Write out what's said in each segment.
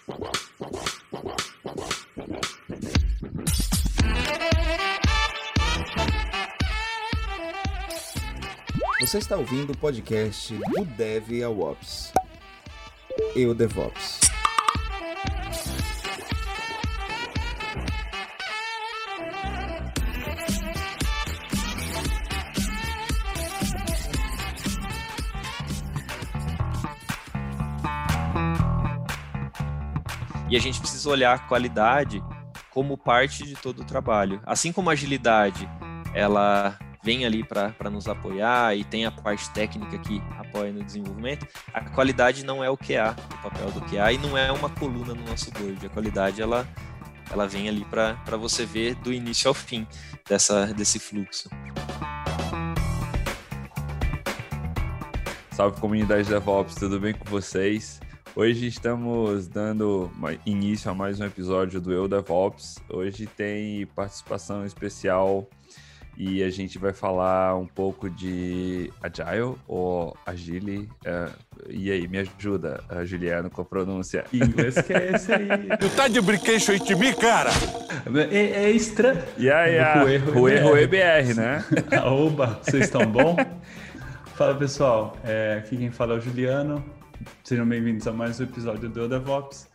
Você está ouvindo o podcast do Dev ao Ops. Eu DevOps. E a gente precisa olhar a qualidade como parte de todo o trabalho. Assim como a agilidade, ela vem ali para nos apoiar e tem a parte técnica que apoia no desenvolvimento, a qualidade não é o QA, o papel do QA, e não é uma coluna no nosso board. A qualidade, ela vem ali para você ver do início ao fim desse fluxo. Salve, comunidade DevOps, tudo bem com vocês? Hoje estamos dando início a mais um episódio do Eu DevOps. Hoje tem participação especial e a gente vai falar um pouco de Agile ou Agile. E aí, me ajuda, Juliano, com a pronúncia. Em inglês que é esse aí. Tu tá de brinquedo aí de mim, cara? É extra. Rue BR, né? Oba, vocês estão bom? Fala, pessoal. Aqui quem fala é o Juliano. Sejam bem-vindos a mais um episódio do DevOps.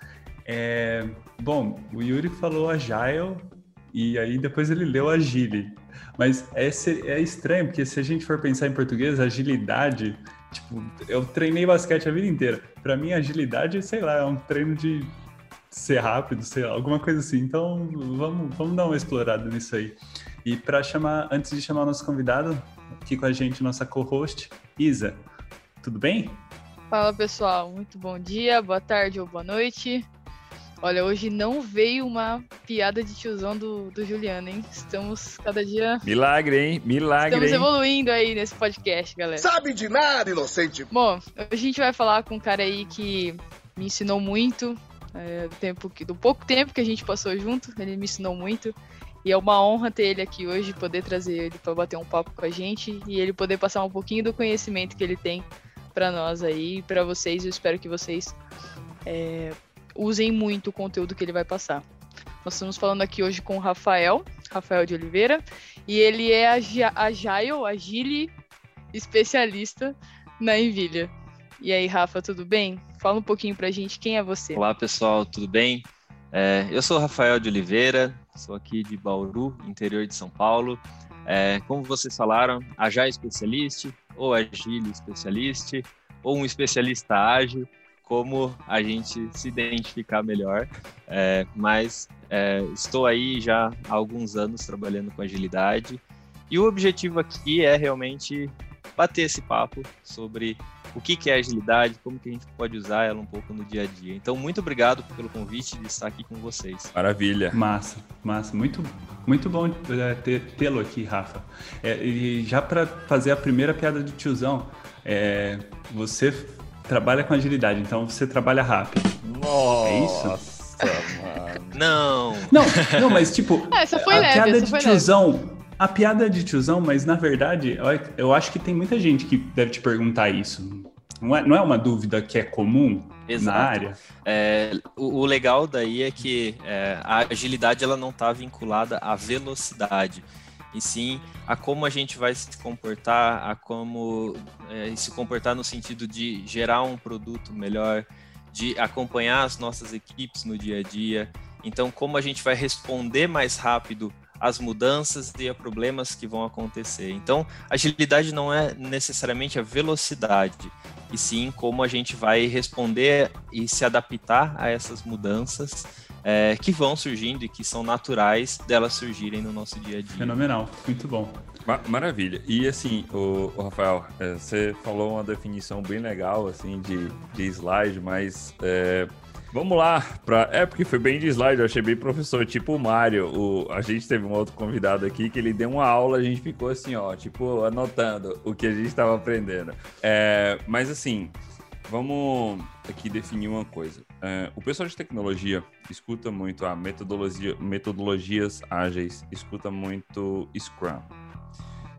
Bom, o Yuri falou Agile e aí depois ele leu Agile. Mas é estranho, porque se a gente for pensar em português, agilidade, tipo, eu treinei basquete a vida inteira. Pra mim, agilidade, sei lá, é um treino de ser rápido, sei lá, alguma coisa assim. Então, vamos dar uma explorada nisso aí. E antes de chamar o nosso convidado, aqui com a gente, nossa co-host, Isa. Tudo bem? Fala, pessoal, muito bom dia, boa tarde ou boa noite. Olha, hoje não veio uma piada de tiozão do Juliano, hein? Estamos cada dia... Milagre, hein? Milagre, Estamos evoluindo aí nesse podcast, galera. Sabe de nada, inocente! Bom, hoje a gente vai falar com um cara aí que me ensinou muito, do pouco tempo que a gente passou junto, ele me ensinou muito. E é uma honra ter ele aqui hoje, poder trazer ele para bater um papo com a gente e ele poder passar um pouquinho do conhecimento que ele tem para nós aí, para vocês. Eu espero que vocês usem muito o conteúdo que ele vai passar. Nós estamos falando aqui hoje com o Rafael de Oliveira, e ele é Agile especialista na Envilha. E aí, Rafa, tudo bem? Fala um pouquinho pra gente, quem é você? Olá, pessoal, tudo bem? Eu sou o Rafael de Oliveira, sou aqui de Bauru, interior de São Paulo. Como vocês falaram, Agile Specialist, ou Agile Specialist, ou um especialista ágil, como a gente se identificar melhor. Mas estou aí já há alguns anos trabalhando com agilidade, e o objetivo aqui é realmente bater esse papo sobre o que é agilidade, como que a gente pode usar ela um pouco no dia a dia. Então, muito obrigado pelo convite de estar aqui com vocês. Maravilha. Massa. Muito, muito bom tê-lo aqui, Rafa. E já para fazer a primeira piada de tiozão, você trabalha com agilidade, então você trabalha rápido. Nossa, é isso? Mano. Não, mas tipo, essa foi leve, piada essa de foi tiozão... leve. A piada é de tiozão, mas na verdade, eu acho que tem muita gente que deve te perguntar isso. Não é uma dúvida que é comum na área? O legal daí é que a agilidade ela não está vinculada à velocidade, e sim a como a gente vai se comportar, a como se comportar no sentido de gerar um produto melhor, de acompanhar as nossas equipes no dia a dia. Então, como a gente vai responder mais rápido as mudanças e a problemas que vão acontecer. Então, agilidade não é necessariamente a velocidade, e sim como a gente vai responder e se adaptar a essas mudanças que vão surgindo e que são naturais delas surgirem no nosso dia a dia. Fenomenal, muito bom. Maravilha. E assim, o Rafael, você falou uma definição bem legal assim de slide, mas... vamos lá, porque foi bem de slide, eu achei bem professor, tipo o Mário. A gente teve um outro convidado aqui que ele deu uma aula, a gente ficou assim, ó, tipo, anotando o que a gente estava aprendendo. Mas assim, vamos aqui definir uma coisa. O pessoal de tecnologia escuta muito a metodologias ágeis, escuta muito Scrum.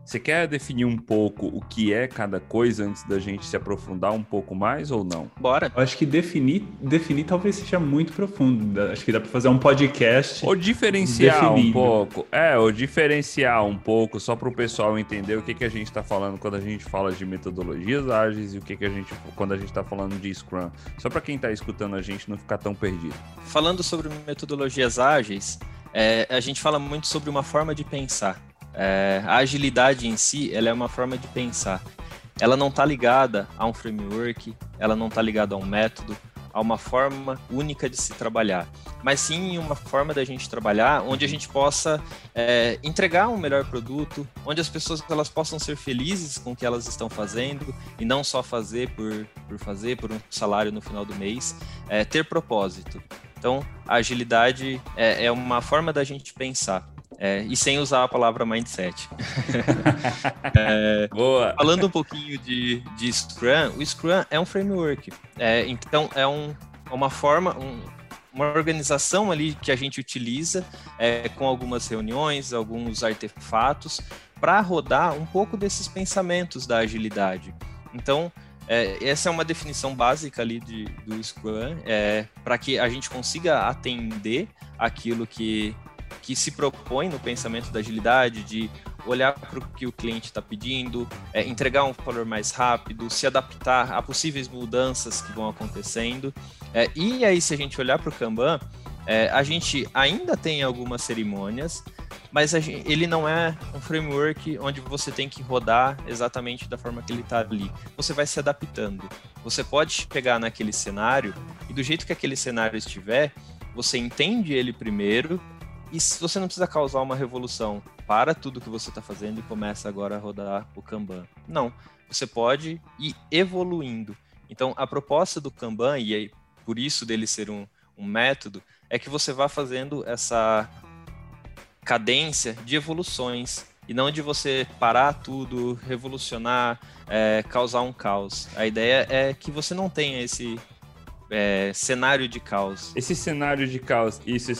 Você quer definir um pouco o que é cada coisa antes da gente se aprofundar um pouco mais ou não? Bora. Eu acho que definir talvez seja muito profundo. Acho que dá para fazer um podcast. Ou diferenciar um definindo. pouco. Ou diferenciar um pouco, só para o pessoal entender o que a gente está falando quando a gente fala de metodologias ágeis e o que a gente, quando a gente está falando de Scrum. Só para quem está escutando a gente não ficar tão perdido. Falando sobre metodologias ágeis, a gente fala muito sobre uma forma de pensar. A agilidade em si, ela é uma forma de pensar. Ela não está ligada a um framework, ela não está ligada a um método, a uma forma única de se trabalhar, mas sim uma forma da gente trabalhar onde a gente possa entregar um melhor produto, onde as pessoas elas possam ser felizes com o que elas estão fazendo e não só fazer por fazer, por um salário no final do mês, ter propósito. Então, a agilidade é uma forma da gente pensar. E sem usar a palavra mindset. Boa! Falando um pouquinho de Scrum, o Scrum é um framework. Então, é uma forma, uma organização ali que a gente utiliza com algumas reuniões, alguns artefatos, para rodar um pouco desses pensamentos da agilidade. Então, essa é uma definição básica ali do Scrum, para que a gente consiga atender aquilo que se propõe no pensamento da agilidade, de olhar para o que o cliente está pedindo, entregar um valor mais rápido, se adaptar a possíveis mudanças que vão acontecendo. E aí, se a gente olhar para o Kanban, a gente ainda tem algumas cerimônias, mas ele não é um framework onde você tem que rodar exatamente da forma que ele está ali. Você vai se adaptando. Você pode chegar naquele cenário e do jeito que aquele cenário estiver, você entende ele primeiro. E se você não precisa causar uma revolução, para tudo que você está fazendo e começa agora a rodar o Kanban. Não, você pode ir evoluindo. Então, a proposta do Kanban, e aí, por isso dele ser um método, é que você vá fazendo essa cadência de evoluções, e não de você parar tudo, revolucionar, causar um caos. A ideia é que você não tenha esse cenário de caos. Esse cenário de caos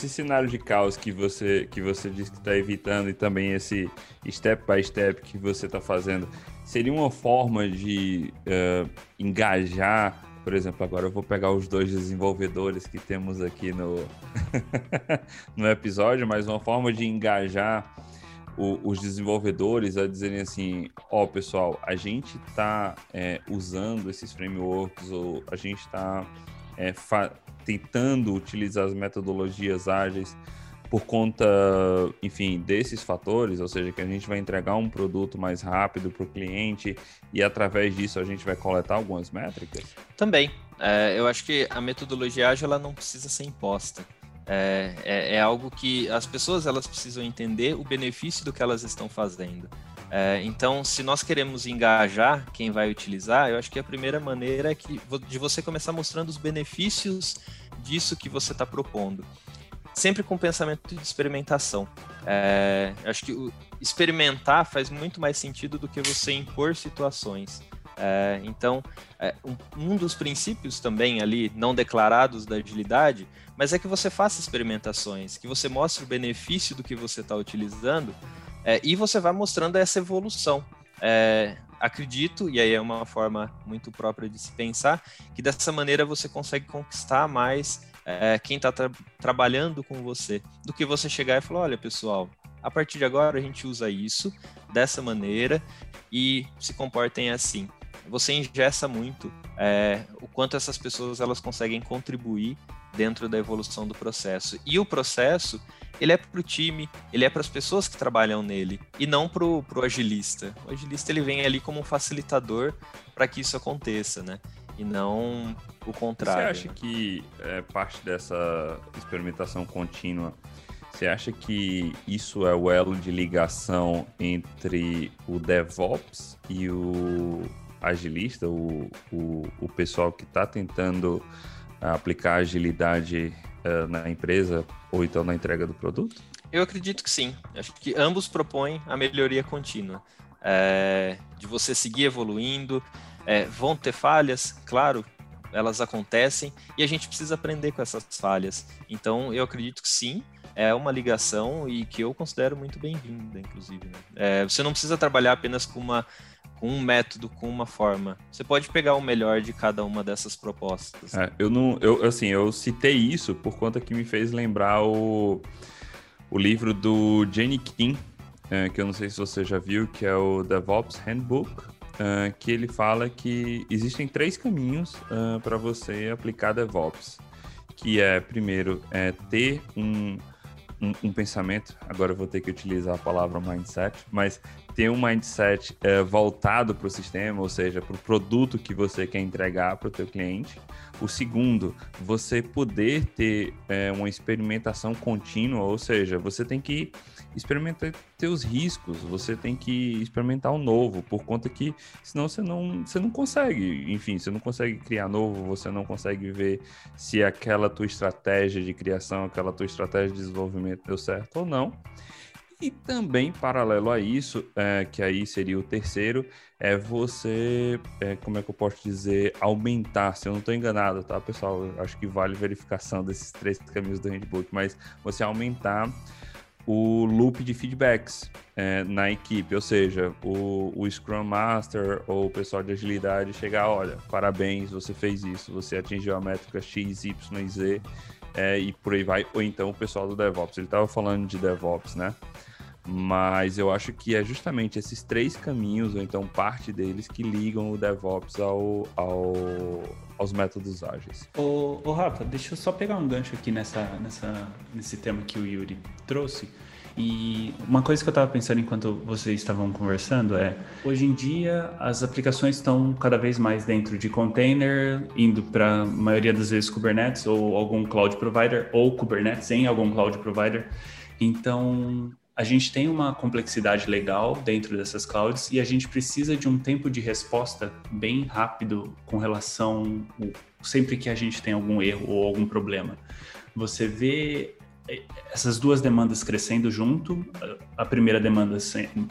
que você diz que está evitando e também esse step by step que você está fazendo, seria uma forma de engajar, por exemplo, agora eu vou pegar os 2 desenvolvedores que temos aqui no episódio, mas uma forma de engajar os desenvolvedores a dizerem assim, pessoal, a gente está usando esses frameworks, ou a gente está tentando utilizar as metodologias ágeis por conta, enfim, desses fatores, ou seja, que a gente vai entregar um produto mais rápido para o cliente e através disso a gente vai coletar algumas métricas? Também. Eu acho que a metodologia ágil ela não precisa ser imposta. É algo que as pessoas elas precisam entender o benefício do que elas estão fazendo. Então, se nós queremos engajar quem vai utilizar, eu acho que a primeira maneira é de você começar mostrando os benefícios disso que você está propondo. Sempre com pensamento de experimentação. Eu acho que experimentar faz muito mais sentido do que você impor situações. Então, um dos princípios também ali, não declarados da agilidade, mas é que você faça experimentações, que você mostre o benefício do que você está utilizando, e você vai mostrando essa evolução. Acredito, e aí é uma forma muito própria de se pensar, que dessa maneira você consegue conquistar mais quem está trabalhando com você, do que você chegar e falar, olha pessoal, a partir de agora a gente usa isso, dessa maneira, e se comportem assim. Você engessa muito o quanto essas pessoas elas conseguem contribuir dentro da evolução do processo. E o processo, ele é para o time, ele é para as pessoas que trabalham nele, e não para o agilista. O agilista ele vem ali como um facilitador para que isso aconteça, né? E não o contrário. Você acha que parte dessa experimentação contínua, você acha que isso é o elo de ligação entre o DevOps e o agilista, o pessoal que está tentando aplicar agilidade na empresa ou então na entrega do produto? Eu acredito que sim. Acho que ambos propõem a melhoria contínua. De você seguir evoluindo. Vão ter falhas, claro, elas acontecem e a gente precisa aprender com essas falhas. Então, eu acredito que sim, é uma ligação e que eu considero muito bem-vinda, inclusive. Né? Você não precisa trabalhar apenas com um método, com uma forma. Você pode pegar o melhor de cada uma dessas propostas. Eu citei isso por conta que me fez lembrar o livro do Jenny Kim, que eu não sei se você já viu, que é o DevOps Handbook, que ele fala que existem 3 caminhos para você aplicar DevOps, que primeiro, ter um pensamento, agora eu vou ter que utilizar a palavra mindset, mas ter um mindset voltado para o sistema, ou seja, para o produto que você quer entregar para o teu cliente. O segundo, você poder ter uma experimentação contínua, ou seja, você tem que experimentar teus riscos, você tem que experimentar o novo, por conta que senão você não consegue, enfim, você não consegue criar novo, você não consegue ver se aquela tua estratégia de criação, aquela tua estratégia de desenvolvimento deu certo ou não. E também, paralelo a isso, que aí seria o terceiro, você, como é que eu posso dizer, aumentar, se eu não estou enganado, tá, pessoal? Eu acho que vale verificação desses 3 caminhos do handbook, mas você aumentar o loop de feedbacks na equipe, ou seja, o Scrum Master ou o pessoal de agilidade chegar, olha, parabéns, você fez isso, você atingiu a métrica X, Y e Z, e por aí vai, ou então o pessoal do DevOps. Ele estava falando de DevOps, né? Mas eu acho que é justamente esses 3 caminhos, ou então parte deles, que ligam o DevOps aos métodos ágeis. Ô Rafa, deixa eu só pegar um gancho aqui nesse tema que o Yuri trouxe. E uma coisa que eu estava pensando enquanto vocês estavam conversando hoje em dia as aplicações estão cada vez mais dentro de container, indo para a maioria das vezes Kubernetes ou algum cloud provider, ou Kubernetes em algum cloud provider. Então, a gente tem uma complexidade legal dentro dessas clouds e a gente precisa de um tempo de resposta bem rápido com relação, sempre que a gente tem algum erro ou algum problema. Você vê essas 2 demandas crescendo junto, a primeira demanda sendo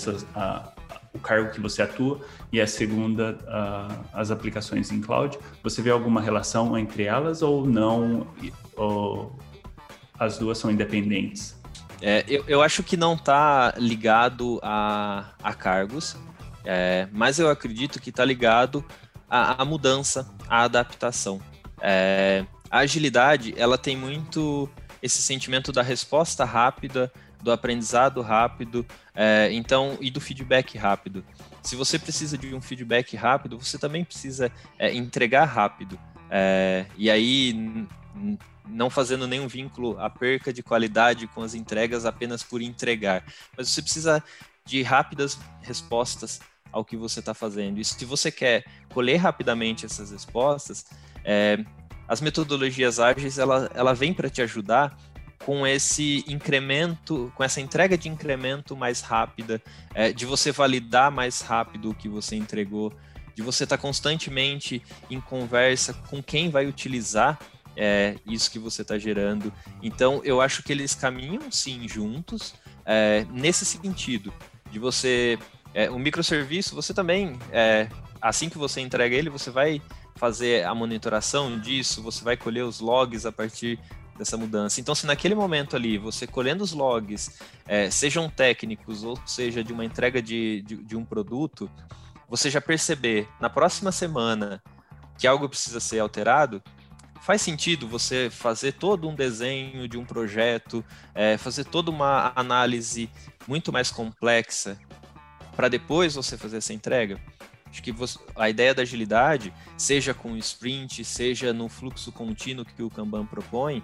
o cargo que você atua e a segunda, as aplicações em cloud. Você vê alguma relação entre elas ou não? Ou as 2 são independentes? Eu acho que não está ligado a cargos, mas eu acredito que está ligado à mudança, à adaptação. A agilidade, ela tem muito esse sentimento da resposta rápida, do aprendizado rápido, e do feedback rápido. Se você precisa de um feedback rápido, você também precisa entregar rápido. E aí, não fazendo nenhum vínculo à perca de qualidade com as entregas apenas por entregar. Mas você precisa de rápidas respostas ao que você está fazendo. E se você quer colher rapidamente essas respostas, as metodologias ágeis, ela vem para te ajudar com esse incremento, com essa entrega de incremento mais rápida, de você validar mais rápido o que você entregou, de você estar constantemente em conversa com quem vai utilizar isso que você está gerando. Então, eu acho que eles caminham, sim, juntos, nesse sentido, de você... o microserviço, você também, assim que você entrega ele, você vai fazer a monitoração disso, você vai colher os logs a partir dessa mudança. Então, se naquele momento ali, você colhendo os logs, sejam técnicos, ou seja, de uma entrega de um produto, você já perceber, na próxima semana, que algo precisa ser alterado, faz sentido você fazer todo um desenho de um projeto, fazer toda uma análise muito mais complexa para depois você fazer essa entrega? Acho que a ideia da agilidade, seja com o sprint, seja no fluxo contínuo que o Kanban propõe,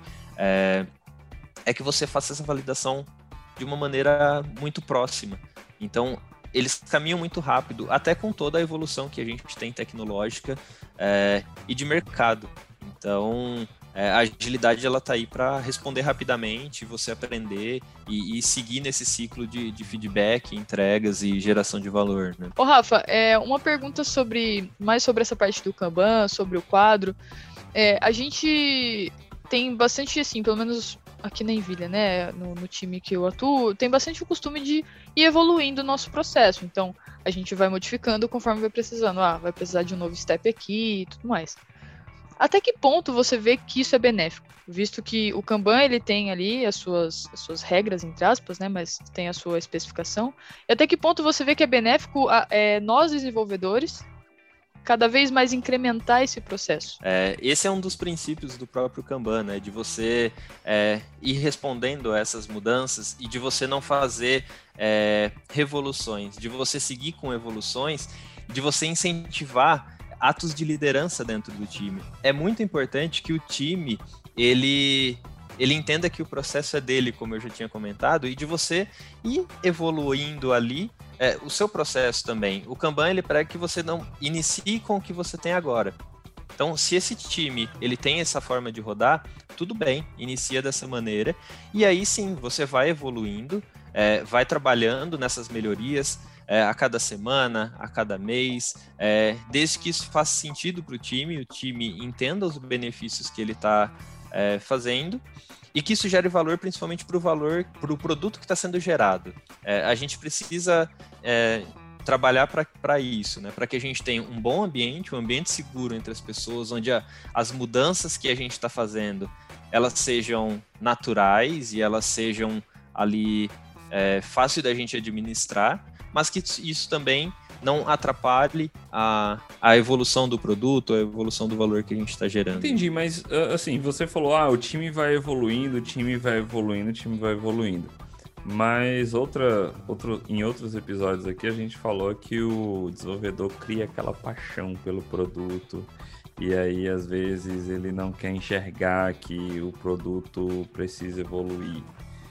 é que você faça essa validação de uma maneira muito próxima. Então, eles caminham muito rápido, até com toda a evolução que a gente tem tecnológica e de mercado. Então, a agilidade está aí para responder rapidamente, você aprender e seguir nesse ciclo de feedback, entregas e geração de valor. Né? Ô Rafa, uma pergunta mais sobre essa parte do Kanban, sobre o quadro. A gente tem bastante, assim, pelo menos aqui na Envilha, né, no time que eu atuo, tem bastante o costume de ir evoluindo o nosso processo. Então, a gente vai modificando conforme vai precisando. Vai precisar de um novo step aqui e tudo mais. Até que ponto você vê que isso é benéfico? Visto que o Kanban ele tem ali as suas regras, entre aspas, né? Mas tem a sua especificação. E até que ponto você vê que é benéfico nós, desenvolvedores, cada vez mais incrementar esse processo? Esse é um dos princípios do próprio Kanban, né? De você ir respondendo a essas mudanças e de você não fazer revoluções, de você seguir com evoluções, de você incentivar atos de liderança dentro do time. É muito importante que o time ele entenda que o processo é dele, como eu já tinha comentado, e de você ir evoluindo ali o seu processo também. O Kanban ele prega que você não inicie com o que você tem agora. Então, se esse time ele tem essa forma de rodar, tudo bem, inicia dessa maneira, e aí sim, você vai evoluindo, vai trabalhando nessas melhorias, a cada semana, a cada mês, desde que isso faça sentido para o time entenda os benefícios que ele está fazendo e que isso gere valor principalmente para o produto que está sendo gerado. A gente precisa trabalhar para isso, né? Para que a gente tenha um bom ambiente, um ambiente seguro entre as pessoas, onde as mudanças que a gente está fazendo, elas sejam naturais e elas sejam ali fácil da gente administrar, mas que isso também não atrapalhe a evolução do produto, a evolução do valor que a gente está gerando. Entendi, mas assim, você falou, o time vai evoluindo, o time vai evoluindo, o time vai evoluindo. Mas em outros episódios aqui a gente falou que o desenvolvedor cria aquela paixão pelo produto e aí às vezes ele não quer enxergar que o produto precisa evoluir.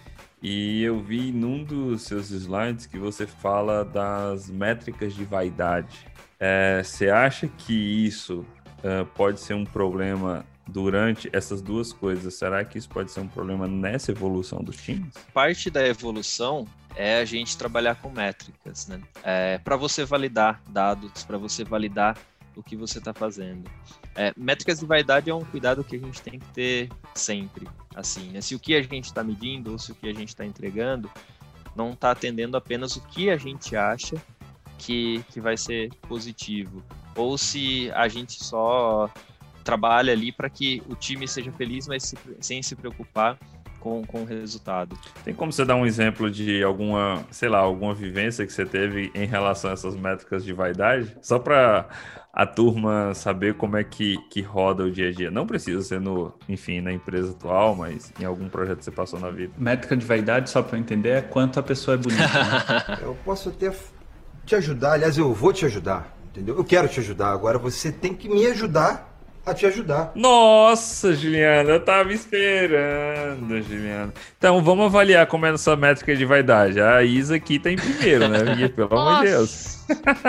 E eu vi num dos seus slides que você fala das métricas de vaidade. Você acha que isso pode ser um problema durante essas duas coisas? Será que isso pode ser um problema nessa evolução dos times? Parte da evolução é a gente trabalhar com métricas, né? Para você validar dados, para você validar o que você está fazendo. Métricas de vaidade é um cuidado que a gente tem que ter sempre. Assim, né? Se o que a gente está medindo ou se o que a gente está entregando não está atendendo apenas o que a gente acha que vai ser positivo, ou se a gente só trabalha ali para que o time seja feliz, mas sem se preocupar com o resultado. Tem como você dar um exemplo de alguma vivência que você teve em relação a essas métricas de vaidade? Só para a turma saber como é que roda o dia a dia. Não precisa ser na empresa atual, mas em algum projeto que você passou na vida. Métrica de vaidade, só para eu entender, é quanto a pessoa é bonita. Né? Eu posso até te ajudar, aliás, eu vou te ajudar, entendeu? Eu quero te ajudar, agora você tem que me ajudar a te ajudar. Nossa, Juliana, eu tava esperando, Juliana. Então, vamos avaliar como é a nossa métrica de vaidade. A Isa aqui tá em primeiro, né? Porque, pelo amor de Deus.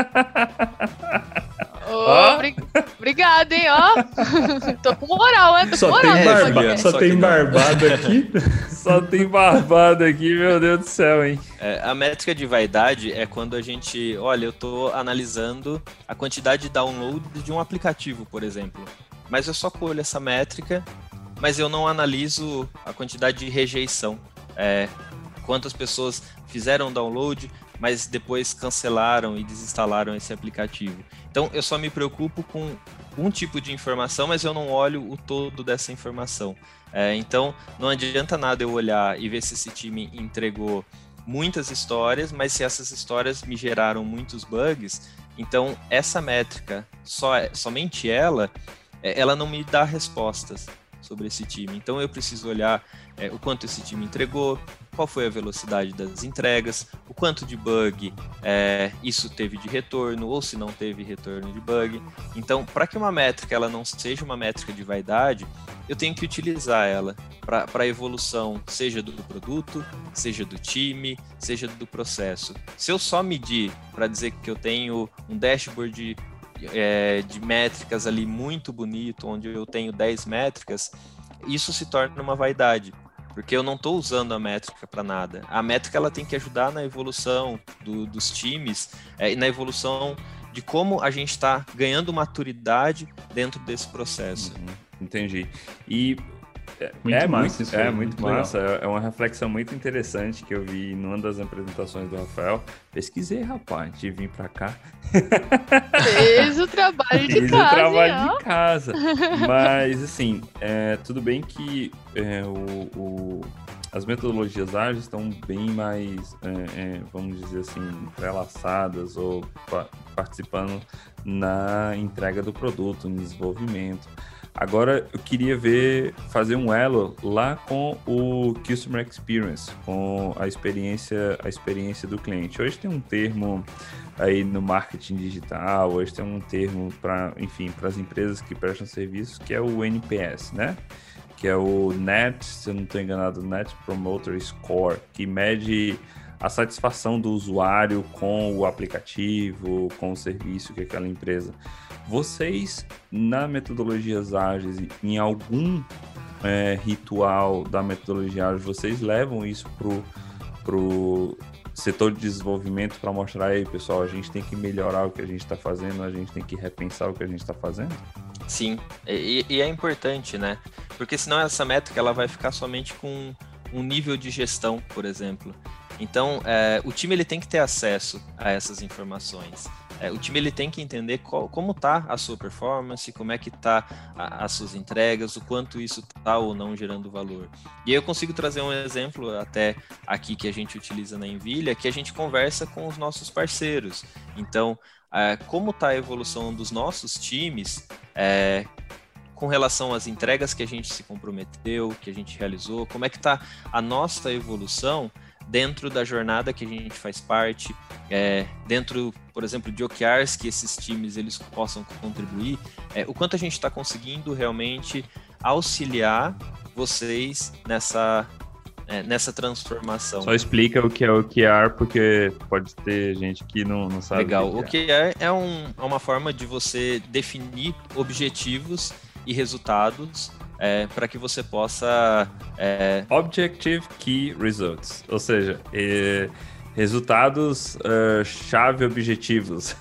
Obrigada, hein, ó. Tô com moral, né? Só tem barbado aqui. Só tem barbado aqui, meu Deus do céu, hein? A métrica de vaidade é quando a gente... Olha, eu tô analisando a quantidade de download de um aplicativo, por exemplo. Mas eu só colho essa métrica, mas eu não analiso a quantidade de rejeição. Quantas pessoas fizeram download, mas depois cancelaram e desinstalaram esse aplicativo. Então, eu só me preocupo com um tipo de informação, mas eu não olho o todo dessa informação. Então, não adianta nada eu olhar e ver se esse time entregou muitas histórias, mas se essas histórias me geraram muitos bugs, então essa métrica, somente ela não me dá respostas sobre esse time. Então, eu preciso olhar o quanto esse time entregou, qual foi a velocidade das entregas, o quanto de bug isso teve de retorno, ou se não teve retorno de bug. Então, para que uma métrica ela não seja uma métrica de vaidade, eu tenho que utilizar ela para a evolução, seja do produto, seja do time, seja do processo. Se eu só medir para dizer que eu tenho um dashboard de métricas ali muito bonito, onde eu tenho 10 métricas, isso se torna uma vaidade. Porque eu não estou usando a métrica para nada. A métrica ela tem que ajudar na evolução dos times e na evolução de como a gente está ganhando maturidade dentro desse processo. Entendi. E Muito massa isso aí, muito legal. massa. É uma reflexão muito interessante que eu vi numa das apresentações do Rafael. Pesquisei, rapaz, antes de vir pra cá. Fez o trabalho de Fiz casa. o trabalho hein, ó? de casa. Mas, assim, tudo bem que as metodologias ágeis estão bem mais, vamos dizer assim, entrelaçadas ou participando na entrega do produto, no desenvolvimento. Agora, eu queria fazer um elo lá com o Customer Experience, com a experiência do cliente. Hoje tem um termo aí no marketing digital, hoje tem um termo para as empresas que prestam serviços, que é o NPS, né? Que é o NET, se eu não estou enganado, Net Promoter Score, que mede a satisfação do usuário com o aplicativo, com o serviço que aquela empresa. Vocês, na metodologias ágeis, em algum ritual da metodologia ágil, vocês levam isso pro setor de desenvolvimento para mostrar aí, pessoal, a gente tem que melhorar o que a gente está fazendo, a gente tem que repensar o que a gente está fazendo? Sim, e é importante, né? Porque senão essa métrica ela vai ficar somente com um nível de gestão, por exemplo. Então, o time ele tem que ter acesso a essas informações. O time ele tem que entender como está a sua performance, como é que está as suas entregas, o quanto isso está ou não gerando valor. E aí eu consigo trazer um exemplo até aqui que a gente utiliza na Envilha, que a gente conversa com os nossos parceiros. Então, como está a evolução dos nossos times com relação às entregas que a gente se comprometeu, que a gente realizou, como é que está a nossa evolução dentro da jornada que a gente faz parte, dentro, por exemplo, de OKRs que esses times eles possam contribuir, o quanto a gente está conseguindo realmente auxiliar vocês nessa transformação. Só explica o que é OKR, porque pode ter gente que não sabe. Legal, o que OKR é uma forma de você definir objetivos e resultados para que você possa... Objective Key Results, ou seja, resultados chave objetivos.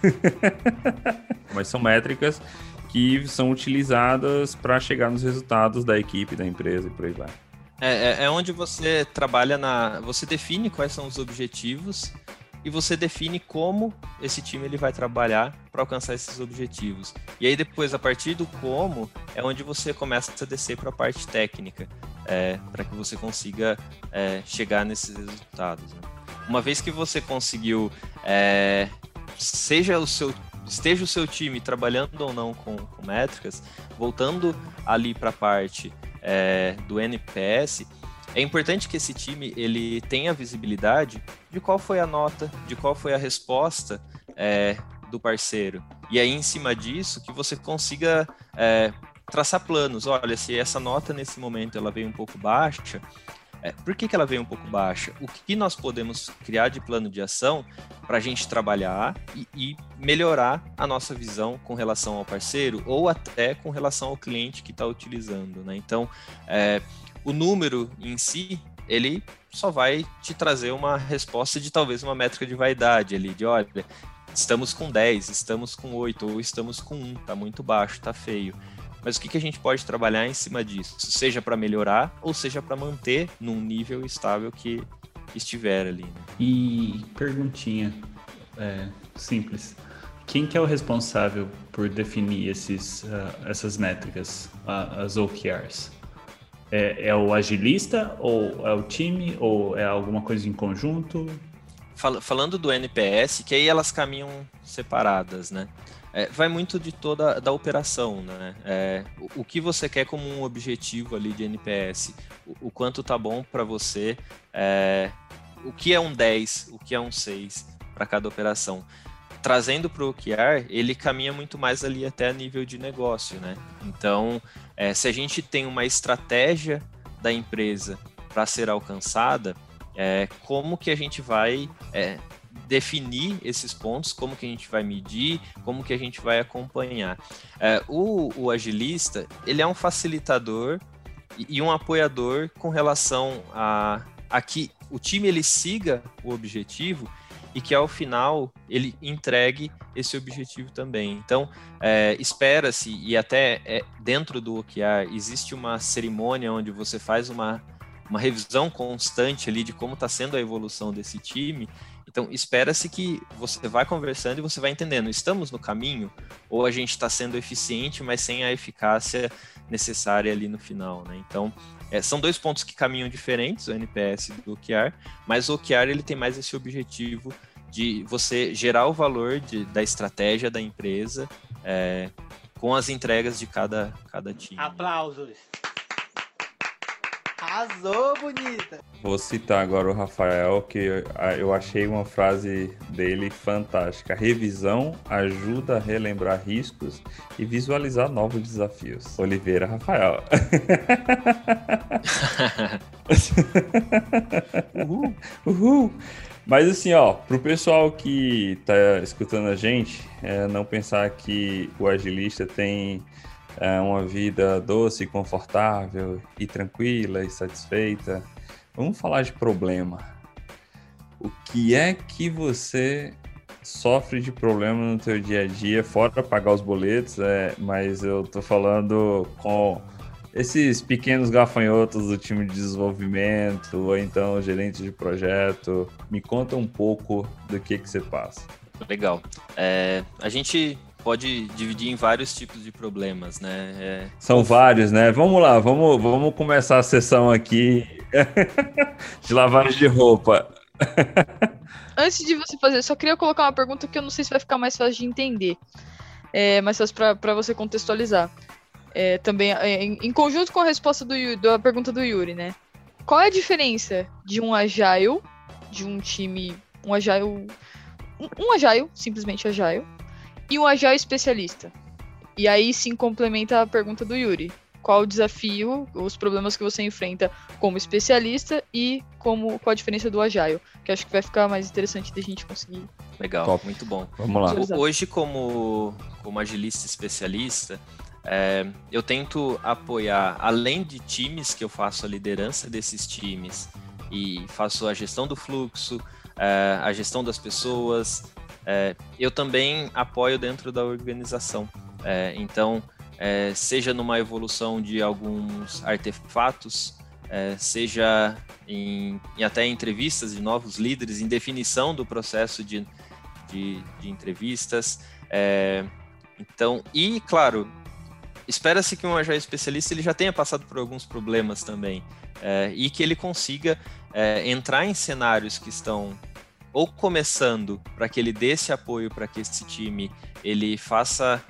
Mas são métricas que são utilizadas para chegar nos resultados da equipe, da empresa e por aí vai. É onde você trabalha você define quais são os objetivos e você define como esse time ele vai trabalhar para alcançar esses objetivos. E aí depois, a partir do como, é onde você começa a descer para a parte técnica, para que você consiga chegar nesses resultados, né? Uma vez que você conseguiu, esteja o seu time trabalhando ou não com métricas, voltando ali para a parte do NPS, é importante que esse time ele tenha visibilidade de qual foi a nota, de qual foi a resposta do parceiro. E aí, em cima disso, que você consiga traçar planos. Olha, se essa nota nesse momento ela veio um pouco baixa, por que ela veio um pouco baixa? O que nós podemos criar de plano de ação para a gente trabalhar e melhorar a nossa visão com relação ao parceiro ou até com relação ao cliente que está utilizando, né? Então, o número em si, ele só vai te trazer uma resposta de talvez uma métrica de vaidade ali, de olha, estamos com 10, estamos com 8 ou estamos com 1, tá muito baixo, tá feio. Mas o que a gente pode trabalhar em cima disso? Seja para melhorar ou seja para manter num nível estável que estiver ali, né? E perguntinha simples. Quem que é o responsável por definir essas métricas, as OKRs? É o agilista ou é o time ou é alguma coisa em conjunto? Falando do NPS, que aí elas caminham separadas, né? Vai muito de toda da operação, né? O que você quer como um objetivo ali de NPS, o quanto tá bom para você, o que é um 10, o que é um 6 para cada operação. Trazendo para o OKR, ele caminha muito mais ali até a nível de negócio, né? Então, se a gente tem uma estratégia da empresa para ser alcançada, como que a gente vai definir esses pontos, como que a gente vai medir, como que a gente vai acompanhar. O agilista, ele é um facilitador e um apoiador com relação a que o time ele siga o objetivo e que ao final ele entregue esse objetivo também. Então, espera-se, e até dentro do OKR existe uma cerimônia onde você faz uma revisão constante ali de como está sendo a evolução desse time. Então, espera-se que você vai conversando e você vai entendendo, estamos no caminho ou a gente está sendo eficiente, mas sem a eficácia necessária ali no final, né? Então, são dois pontos que caminham diferentes, o NPS e o OKR, mas o OKR ele tem mais esse objetivo de você gerar o valor da estratégia da empresa com as entregas de cada time. Aplausos! Arrasou, bonita! Vou citar agora o Rafael, que eu achei uma frase dele fantástica. Revisão ajuda a relembrar riscos e visualizar novos desafios. Oliveira Rafael. Uhul. Uhul. Mas assim, pro pessoal que tá escutando a gente, não pensar que o agilista tem uma vida doce, confortável e tranquila e satisfeita. Vamos falar de problema. O que é que você sofre de problema no teu dia a dia, fora pagar os boletos, mas eu tô falando com esses pequenos gafanhotos do time de desenvolvimento, ou então gerentes de projeto. Me conta um pouco do que você passa. Legal. A gente pode dividir em vários tipos de problemas, né? São vários, né? Vamos lá, vamos começar a sessão aqui de lavagem de roupa. Antes de você fazer, só queria colocar uma pergunta que eu não sei se vai ficar mais fácil de entender, mais fácil para você contextualizar. Também em conjunto com a resposta da pergunta do Yuri, né? Qual é a diferença de um agile, de um time, um agile, simplesmente agile, e um agile especialista? E aí sim complementa a pergunta do Yuri. Qual o desafio, os problemas que você enfrenta como especialista e qual a diferença do agile? Que acho que vai ficar mais interessante da gente conseguir. Legal, top. Muito bom. Vamos lá. Hoje, como agilista especialista, eu tento apoiar, além de times que eu faço a liderança desses times e faço a gestão do fluxo, a gestão das pessoas, eu também apoio dentro da organização. Então, seja numa evolução de alguns artefatos, seja até em entrevistas de novos líderes, em definição do processo de entrevistas. Então, e claro, espera-se que um agile especialista ele já tenha passado por alguns problemas também, e que ele consiga entrar em cenários que estão ou começando, para que ele dê esse apoio para que esse time ele faça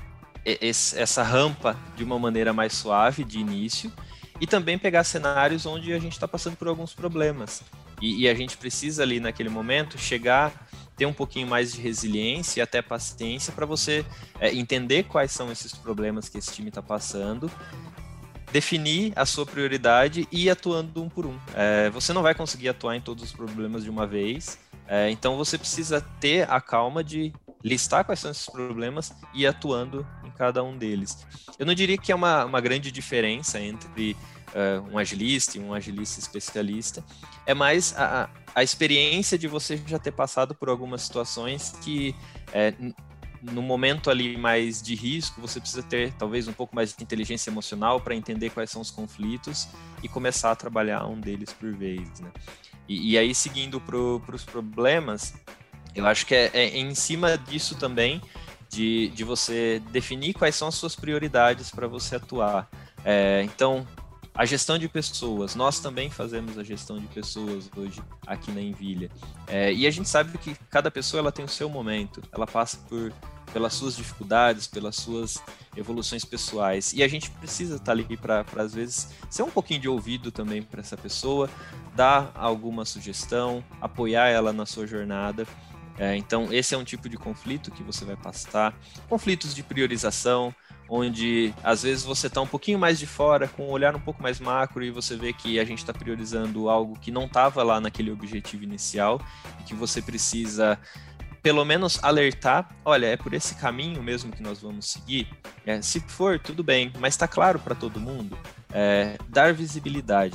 essa rampa de uma maneira mais suave de início, e também pegar cenários onde a gente está passando por alguns problemas e a gente precisa ali naquele momento ter um pouquinho mais de resiliência e até paciência para você entender quais são esses problemas que esse time está passando, definir a sua prioridade e ir atuando um por um. Você não vai conseguir atuar em todos os problemas de uma vez, então você precisa ter a calma de listar quais são esses problemas e ir atuando em cada um deles. Eu não diria que é uma grande diferença entre um agilista e um agilista especialista, é mais a experiência de você já ter passado por algumas situações que no momento ali mais de risco, você precisa ter talvez um pouco mais de inteligência emocional para entender quais são os conflitos e começar a trabalhar um deles por vez, né? E aí, seguindo para os problemas, eu acho que é em cima disso também, de você definir quais são as suas prioridades para você atuar. Então, a gestão de pessoas, nós também fazemos a gestão de pessoas hoje aqui na Envilha. E a gente sabe que cada pessoa ela tem o seu momento, ela passa pelas suas dificuldades, pelas suas evoluções pessoais. E a gente precisa estar ali para às vezes, ser um pouquinho de ouvido também para essa pessoa, dar alguma sugestão, apoiar ela na sua jornada. Então, esse é um tipo de conflito que você vai passar. Conflitos de priorização, onde às vezes você está um pouquinho mais de fora, com um olhar um pouco mais macro, e você vê que a gente está priorizando algo que não estava lá naquele objetivo inicial, e que você precisa pelo menos alertar, olha, é por esse caminho mesmo que nós vamos seguir? Se for, tudo bem, mas está claro para todo mundo? Dar visibilidade.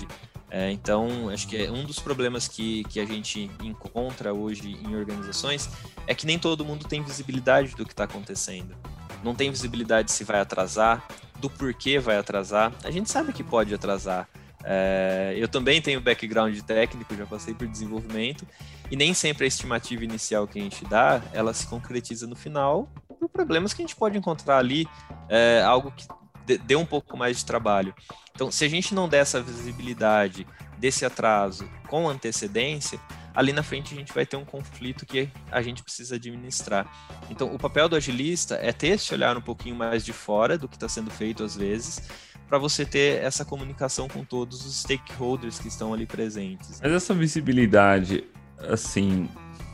Então, acho que é um dos problemas que a gente encontra hoje em organizações é que nem todo mundo tem visibilidade do que está acontecendo. Não tem visibilidade se vai atrasar, do porquê vai atrasar. A gente sabe que pode atrasar. Eu também tenho background técnico, já passei por desenvolvimento, e nem sempre a estimativa inicial que a gente dá, ela se concretiza no final por problemas que a gente pode encontrar ali, algo que dê um pouco mais de trabalho. Então, se a gente não der essa visibilidade desse atraso com antecedência, ali na frente a gente vai ter um conflito que a gente precisa administrar. Então, o papel do agilista é ter esse olhar um pouquinho mais de fora do que está sendo feito às vezes, para você ter essa comunicação com todos os stakeholders que estão ali presentes. Mas essa visibilidade, assim,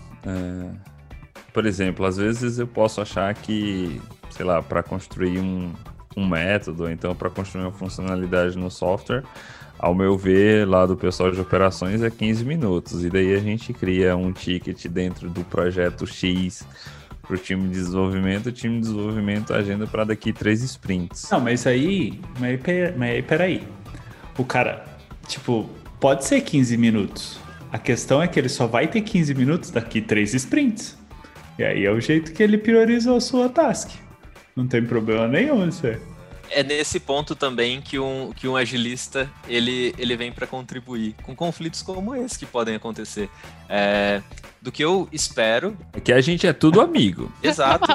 por exemplo, às vezes eu posso achar que, sei lá, para construir um método, ou então para construir uma funcionalidade no software, ao meu ver, lá do pessoal de operações é 15 minutos, e daí a gente cria um ticket dentro do projeto X para o time de desenvolvimento agenda para daqui 3 sprints. Não, mas aí, peraí. O cara, pode ser 15 minutos. A questão é que ele só vai ter 15 minutos daqui 3 sprints. E aí é o jeito que ele priorizou a sua task. Não tem problema nenhum isso aí. É nesse ponto também que um agilista ele vem para contribuir com conflitos como esse que podem acontecer. Do que eu espero... É que a gente é tudo amigo. Exato.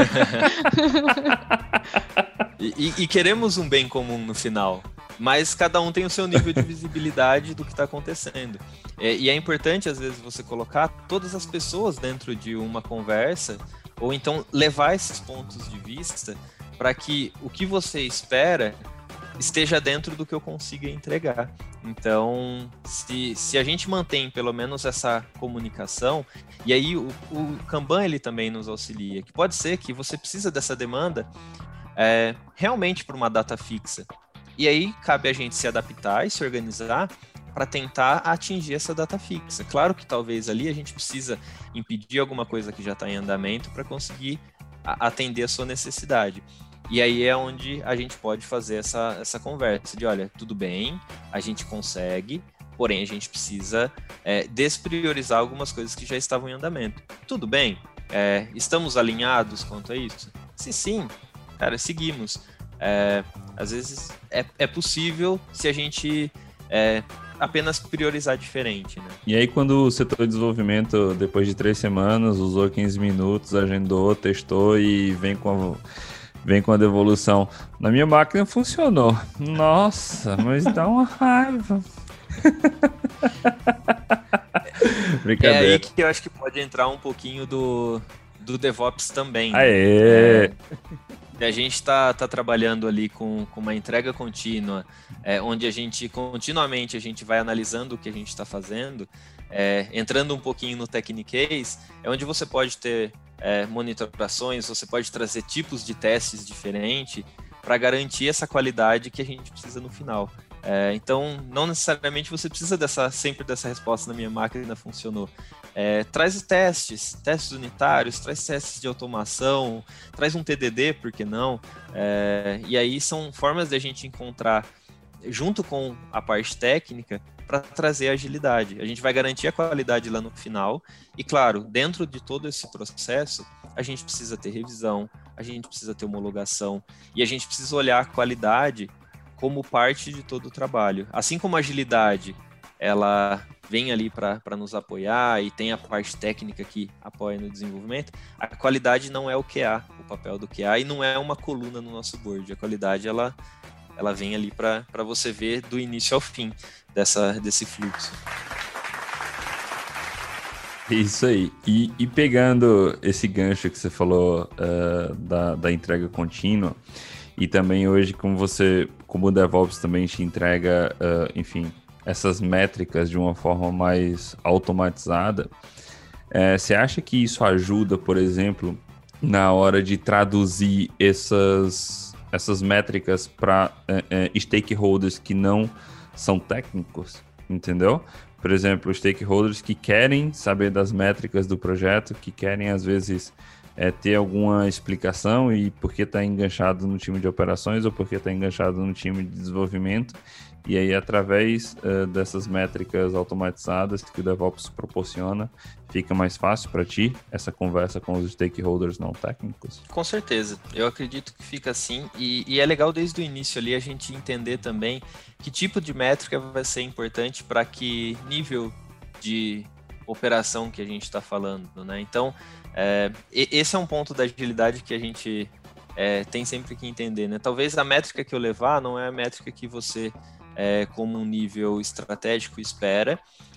e queremos um bem comum no final, mas cada um tem o seu nível de visibilidade do que está acontecendo. E é importante, às vezes, você colocar todas as pessoas dentro de uma conversa, ou então levar esses pontos de vista para que o que você espera esteja dentro do que eu consiga entregar. Então, se a gente mantém pelo menos essa comunicação, e aí o Kanban ele também nos auxilia, que pode ser que você precisa dessa demanda realmente para uma data fixa. E aí cabe a gente se adaptar e se organizar para tentar atingir essa data fixa. Claro que talvez ali a gente precisa impedir alguma coisa que já está em andamento para conseguir atender a sua necessidade. E aí é onde a gente pode fazer essa conversa de, olha, tudo bem, a gente consegue, porém a gente precisa despriorizar algumas coisas que já estavam em andamento. Tudo bem? Estamos alinhados quanto a isso? Sim, cara, seguimos. Às vezes é possível se a gente apenas priorizar diferente, né? E aí quando o setor de desenvolvimento, depois de 3 semanas, usou 15 minutos, agendou, testou e vem com a devolução. Na minha máquina funcionou. Nossa, mas dá uma raiva. Brincadeira. É aí que eu acho que pode entrar um pouquinho do DevOps também. Né? A gente está trabalhando ali com uma entrega contínua, onde a gente continuamente vai analisando o que a gente está fazendo, entrando um pouquinho no Technicase, é onde você pode ter monitorações, você pode trazer tipos de testes diferentes para garantir essa qualidade que a gente precisa no final. Então, não necessariamente você precisa sempre dessa resposta na minha máquina funcionou. Traz testes unitários, traz testes de automação, traz um TDD, por que não? E aí são formas de a gente encontrar, junto com a parte técnica, para trazer agilidade. A gente vai garantir a qualidade lá no final e, claro, dentro de todo esse processo, a gente precisa ter revisão, a gente precisa ter homologação e a gente precisa olhar a qualidade como parte de todo o trabalho. Assim como a agilidade, ela vem ali para nos apoiar e tem a parte técnica que apoia no desenvolvimento, a qualidade não é o QA, o papel do QA, e não é uma coluna no nosso board. A qualidade, ela vem ali para você ver do início ao fim desse fluxo. Isso aí. E pegando esse gancho que você falou da entrega contínua, e também hoje, como o DevOps também te entrega, enfim, essas métricas de uma forma mais automatizada, você acha que isso ajuda, por exemplo, na hora de traduzir essas métricas para stakeholders que não são técnicos, entendeu? Por exemplo, stakeholders que querem saber das métricas do projeto, que querem, às vezes, ter alguma explicação e porque está enganchado no time de operações ou porque está enganchado no time de desenvolvimento E aí, através dessas métricas automatizadas que o DevOps proporciona, fica mais fácil para ti essa conversa com os stakeholders não técnicos? Com certeza, eu acredito que fica assim, e é legal desde o início ali a gente entender também que tipo de métrica vai ser importante para que nível de operação que a gente está falando, né? Então, esse é um ponto da agilidade que a gente tem sempre que entender, né? Talvez a métrica que eu levar não é a métrica que você, como um nível estratégico, espera.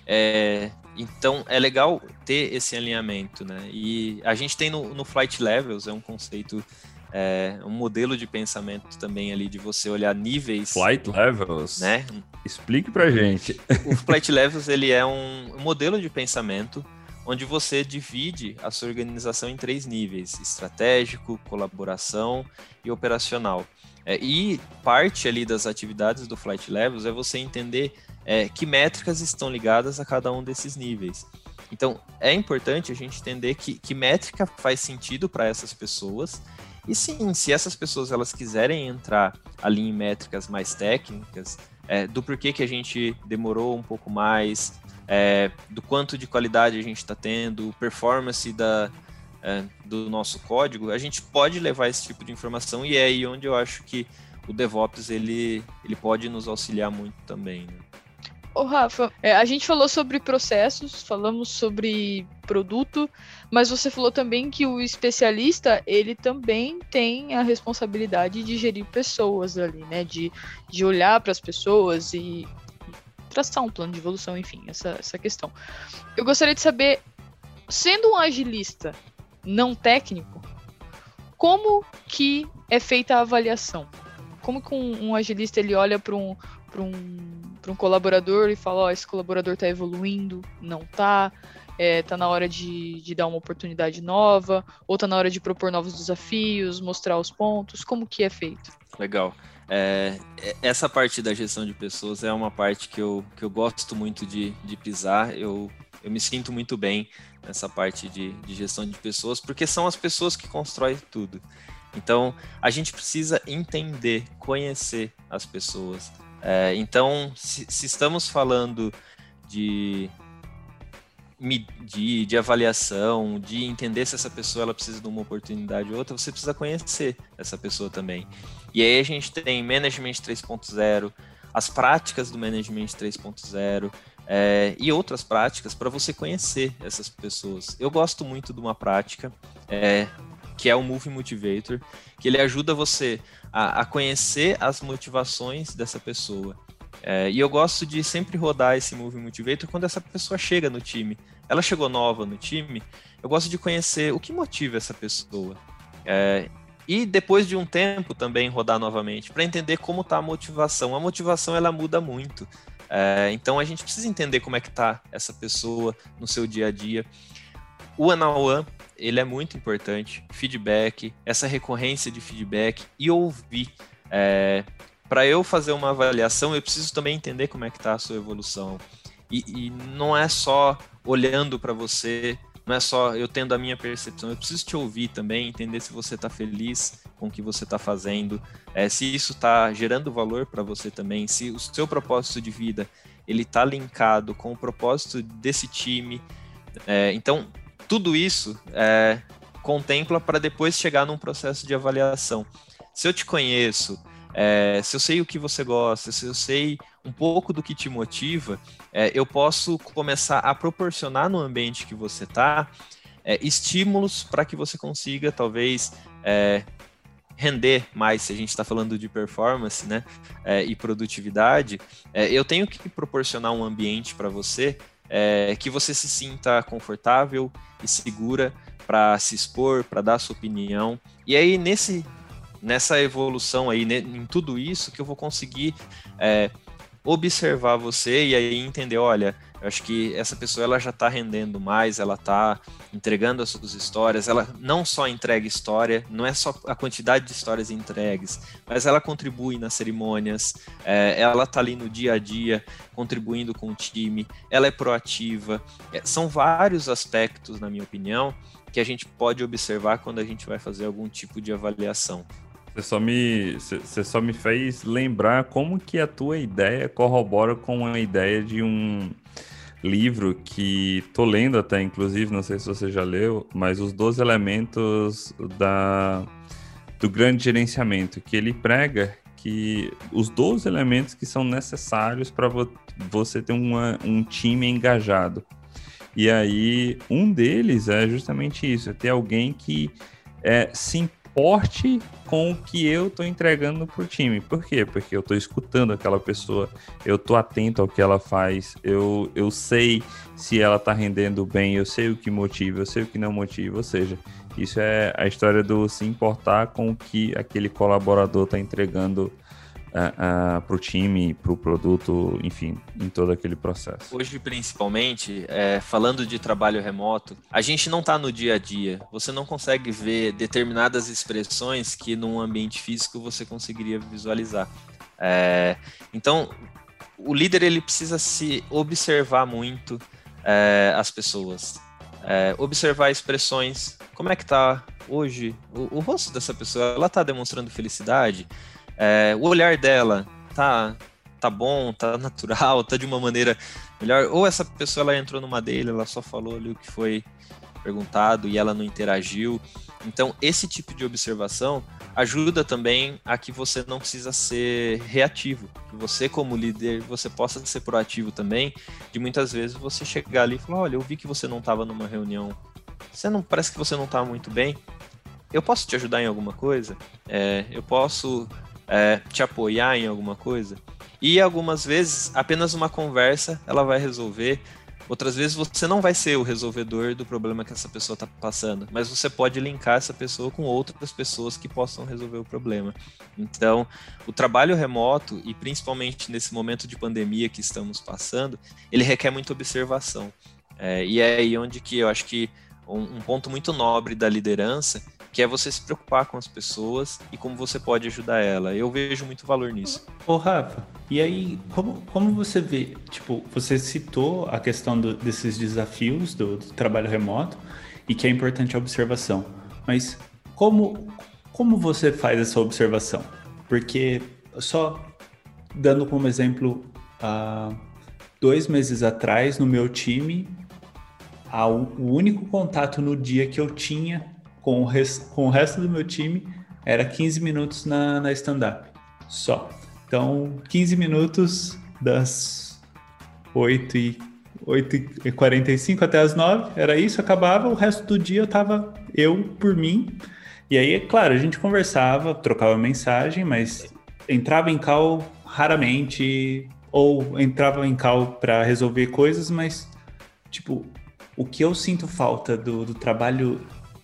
Então, é legal ter esse alinhamento, né? E a gente tem no Flight Levels, é um conceito, um modelo de pensamento também ali, de você olhar níveis... Flight Levels? Né? Explique pra gente. O Flight Levels, ele é um modelo de pensamento onde você divide a sua organização em 3 níveis: estratégico, colaboração e operacional. E parte ali das atividades do Flight Levels é você entender que métricas estão ligadas a cada um desses níveis. Então, é importante a gente entender que métrica faz sentido para essas pessoas. E sim, se essas pessoas elas quiserem entrar ali em métricas mais técnicas, do porquê que a gente demorou um pouco mais, do quanto de qualidade a gente está tendo, performance do nosso código, a gente pode levar esse tipo de informação, e é aí onde eu acho que o DevOps ele pode nos auxiliar muito também, né? Ô Rafa, a gente falou sobre processos, falamos sobre produto, mas você falou também que o especialista, ele também tem a responsabilidade de gerir pessoas ali, né? De olhar para as pessoas e traçar um plano de evolução, enfim, essa questão. Eu gostaria de saber, sendo um agilista não técnico, como que é feita a avaliação? Como que um agilista ele olha para um colaborador e fala, esse colaborador está evoluindo, não está, tá na hora de dar uma oportunidade nova, ou tá na hora de propor novos desafios, mostrar os pontos, como que é feito? Legal. Essa parte da gestão de pessoas é uma parte que eu gosto muito de pisar. Eu me sinto muito bem nessa parte de gestão de pessoas, porque são as pessoas que constroem tudo. Então, a gente precisa entender, conhecer as pessoas. Então, se estamos falando de avaliação, de entender se essa pessoa ela precisa de uma oportunidade ou outra, você precisa conhecer essa pessoa também. E aí a gente tem Management 3.0, as práticas do Management 3.0, e outras práticas para você conhecer essas pessoas. Eu gosto muito de uma prática, que é o Movie Motivator, que ele ajuda você a conhecer as motivações dessa pessoa. E eu gosto de sempre rodar esse Movie Motivator quando essa pessoa chega no time. Ela chegou nova no time, eu gosto de conhecer o que motiva essa pessoa. E depois de um tempo também rodar novamente, para entender como está a motivação. A motivação ela muda muito. Então a gente precisa entender como é que está essa pessoa no seu dia a dia. O one-on-one, ele é muito importante. Feedback, essa recorrência de feedback e ouvir. Para eu fazer uma avaliação, eu preciso também entender como é que está a sua evolução. E não é só olhando para você, não é só eu tendo a minha percepção, eu preciso te ouvir também, entender se você está feliz com o que você está fazendo, se isso está gerando valor para você também, se o seu propósito de vida ele está linkado com o propósito desse time. Então, tudo isso contempla para depois chegar num processo de avaliação. Se eu te conheço, se eu sei o que você gosta, se eu sei um pouco do que te motiva, eu posso começar a proporcionar no ambiente que você está estímulos para que você consiga, talvez, render mais. Se a gente está falando de performance, né, e produtividade, eu tenho que proporcionar um ambiente para você que você se sinta confortável e segura para se expor, para dar sua opinião. E aí, nessa evolução aí, em tudo isso, que eu vou conseguir observar você e aí entender, olha, eu acho que essa pessoa ela já está rendendo mais, ela está entregando as suas histórias, ela não só entrega história, não é só a quantidade de histórias entregues, mas ela contribui nas cerimônias, ela está ali no dia a dia, contribuindo com o time, ela é proativa. São vários aspectos, na minha opinião, que a gente pode observar quando a gente vai fazer algum tipo de avaliação. Você só me fez lembrar como que a tua ideia corrobora com a ideia de um livro que tô lendo até, inclusive, não sei se você já leu, mas os 12 elementos do grande gerenciamento, que ele prega que os 12 elementos que são necessários para você ter um time engajado. E aí, um deles é justamente isso, é ter alguém que se importe com o que eu estou entregando para o time. Por quê? Porque eu estou escutando aquela pessoa, eu estou atento ao que ela faz, eu sei se ela está rendendo bem, eu sei o que motiva, eu sei o que não motiva, ou seja, isso é a história do se importar com o que aquele colaborador está entregando para o time, para o produto, enfim, em todo aquele processo. Hoje, principalmente, falando de trabalho remoto, a gente não está no dia a dia. Você não consegue ver determinadas expressões que num ambiente físico você conseguiria visualizar. Então, o líder ele precisa se observar muito as pessoas. Observar expressões. Como é que está hoje o rosto dessa pessoa? Ela está demonstrando felicidade? O olhar dela tá bom, tá natural, tá de uma maneira melhor, ou essa pessoa ela entrou numa dele, ela só falou ali o que foi perguntado e ela não interagiu. Então esse tipo de observação ajuda também a que você não precisa ser reativo, que você como líder, você possa ser proativo também, de muitas vezes você chegar ali e falar, olha, eu vi que você não estava numa reunião, parece que você não está muito bem, eu posso te ajudar em alguma coisa? Eu posso te apoiar em alguma coisa? E algumas vezes apenas uma conversa ela vai resolver, outras vezes você não vai ser o resolvedor do problema que essa pessoa está passando, mas você pode linkar essa pessoa com outras pessoas que possam resolver o problema. Então o trabalho remoto, e principalmente nesse momento de pandemia que estamos passando, ele requer muita observação, e é aí onde que eu acho que um ponto muito nobre da liderança, que é você se preocupar com as pessoas e como você pode ajudar ela. Eu vejo muito valor nisso. Ô Rafa, e aí, como você vê, tipo, você citou a questão desses desafios do trabalho remoto e que é importante a observação, mas como você faz essa observação? Porque, só dando como exemplo, 2 meses atrás, no meu time, o único contato no dia que eu tinha com o resto do meu time era 15 minutos na stand-up, só. Então, 15 minutos das 8h45 até as 9, era isso, acabava, o resto do dia eu por mim. E aí, é claro, a gente conversava, trocava mensagem, mas entrava em call raramente, ou entrava em call para resolver coisas, mas, tipo, o que eu sinto falta do trabalho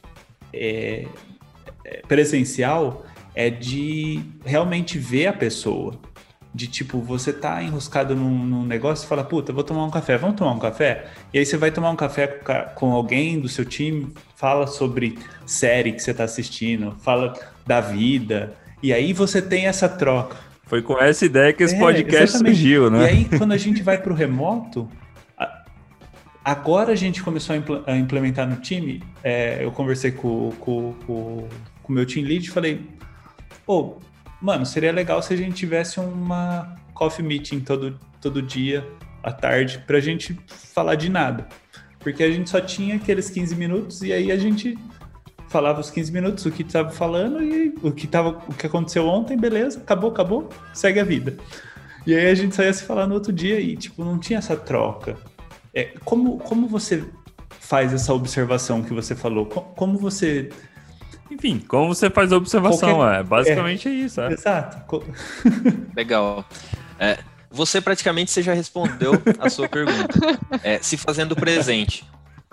presencial é de realmente ver a pessoa. De tipo, você tá enroscado num negócio e fala, puta, vou tomar um café, vamos tomar um café? E aí você vai tomar um café com alguém do seu time, fala sobre série que você tá assistindo, fala da vida, e aí você tem essa troca. Foi com essa ideia que esse podcast surgiu, né? E aí, quando a gente vai pro remoto, agora a gente começou a implementar no time, eu conversei com o meu team lead e falei, mano, seria legal se a gente tivesse uma coffee meeting todo dia, à tarde, pra gente falar de nada. Porque a gente só tinha aqueles 15 minutos e aí a gente falava os 15 minutos, o que tava falando e o que aconteceu ontem, beleza, acabou, segue a vida. E aí a gente só ia se falar no outro dia e, tipo, não tinha essa troca. Como você faz essa observação que você falou? Como você... Enfim, como você faz a observação, basicamente é isso. Exato. Legal. Você praticamente já respondeu a sua pergunta. Se fazendo presente.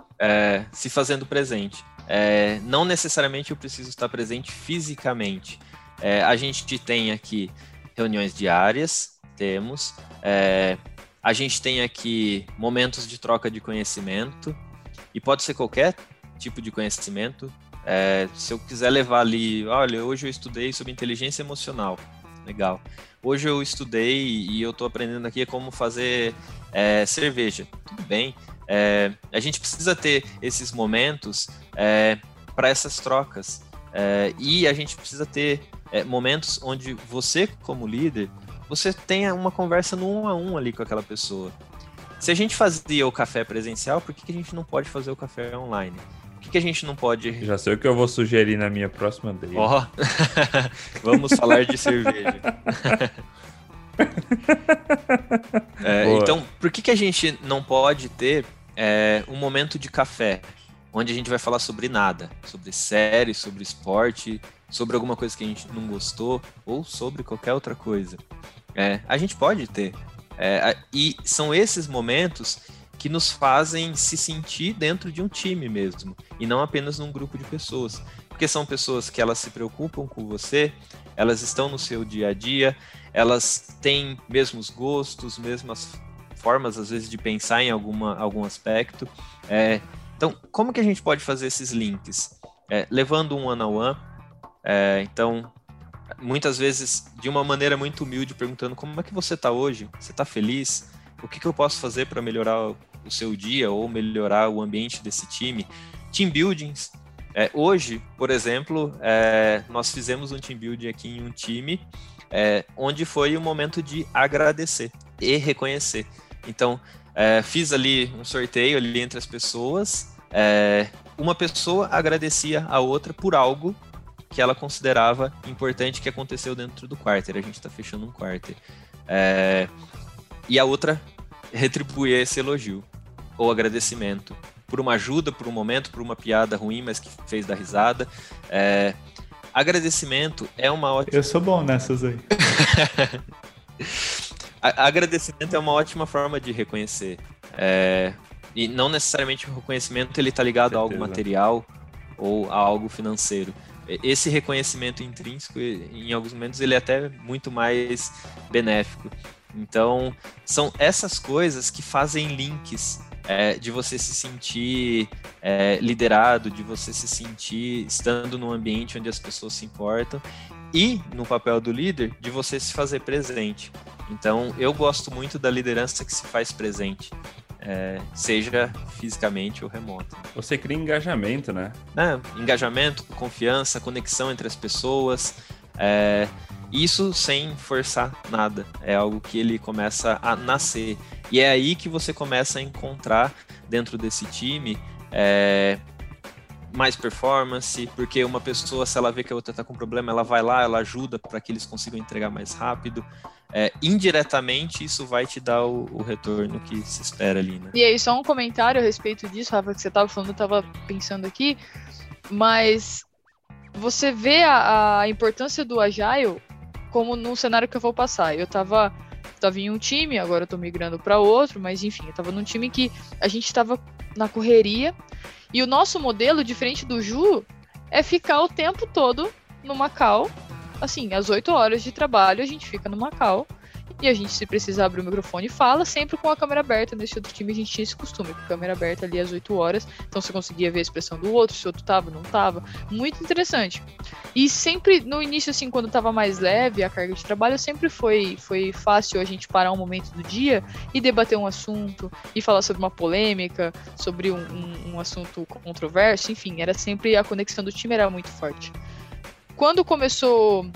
Não necessariamente eu preciso estar presente fisicamente. A gente tem aqui reuniões diárias, temos... A gente tem aqui momentos de troca de conhecimento, e pode ser qualquer tipo de conhecimento. Se eu quiser levar ali, olha, hoje eu estudei sobre inteligência emocional, legal. Hoje eu estudei e eu estou aprendendo aqui como fazer cerveja, tudo bem. A gente precisa ter esses momentos para essas trocas, e a gente precisa ter momentos onde você, como líder, você tenha uma conversa no 1 a 1 ali com aquela pessoa. Se a gente fazia o café presencial, por que a gente não pode fazer o café online? Por que a gente não pode... Já sei o que eu vou sugerir na minha próxima date. Ó, vamos falar de cerveja. Então, por que a gente não pode ter um momento de café, onde a gente vai falar sobre nada, sobre série, sobre esporte, sobre alguma coisa que a gente não gostou, ou sobre qualquer outra coisa? A gente pode ter. E são esses momentos que nos fazem se sentir dentro de um time mesmo, e não apenas num grupo de pessoas. Porque são pessoas que elas se preocupam com você, elas estão no seu dia a dia, elas têm mesmos gostos, mesmas formas, às vezes, de pensar em algum aspecto. Então, como que a gente pode fazer esses links? Levando um one-on-one, então, muitas vezes, de uma maneira muito humilde, perguntando como é que você está hoje? Você está feliz? O que eu posso fazer para melhorar o seu dia ou melhorar o ambiente desse time? Team buildings. Hoje, por exemplo, nós fizemos um team building aqui em um time, onde foi um momento de agradecer e reconhecer. Então, fiz ali um sorteio ali entre as pessoas. Uma pessoa agradecia a outra por algo que ela considerava importante que aconteceu dentro do quarter. A gente está fechando um quarter. E a outra retribuía esse elogio ou agradecimento por uma ajuda, por um momento, por uma piada ruim, mas que fez dar risada. Agradecimento é uma ótima... Eu sou bom nessas aí. Agradecimento é uma ótima forma de reconhecer. E não necessariamente o reconhecimento ele está ligado a algo material ou a algo financeiro. Esse reconhecimento intrínseco, em alguns momentos, ele é até muito mais benéfico. Então, são essas coisas que fazem links de você se sentir liderado, de você se sentir estando num ambiente onde as pessoas se importam, e, no papel do líder, de você se fazer presente. Então, eu gosto muito da liderança que se faz presente, seja fisicamente ou remoto. Você cria engajamento, né? Engajamento, confiança, conexão entre as pessoas, isso sem forçar nada, é algo que ele começa a nascer, e é aí que você começa a encontrar dentro desse time mais performance, porque uma pessoa, se ela vê que a outra está com problema, ela vai lá, ela ajuda para que eles consigam entregar mais rápido. Indiretamente, isso vai te dar o retorno que se espera ali, né? E aí, só um comentário a respeito disso, Rafa, que você estava falando, eu estava pensando aqui, mas você vê a importância do Agile como no cenário que eu vou passar. Eu tava em um time, agora eu tô migrando para outro, mas enfim, eu tava num time que a gente tava na correria, e o nosso modelo, diferente do Ju, é ficar o tempo todo numa call. Assim, às 8 horas de trabalho a gente fica numa call, e a gente, se precisar abrir o microfone, fala sempre com a câmera aberta. Nesse outro time a gente tinha esse costume, com a câmera aberta ali às 8 horas, então você conseguia ver a expressão do outro, se o outro tava, não tava, muito interessante. E sempre, no início, assim, quando tava mais leve a carga de trabalho, sempre foi fácil a gente parar um momento do dia e debater um assunto, e falar sobre uma polêmica, sobre um assunto controverso, enfim, era sempre, a conexão do time era muito forte. Quando começou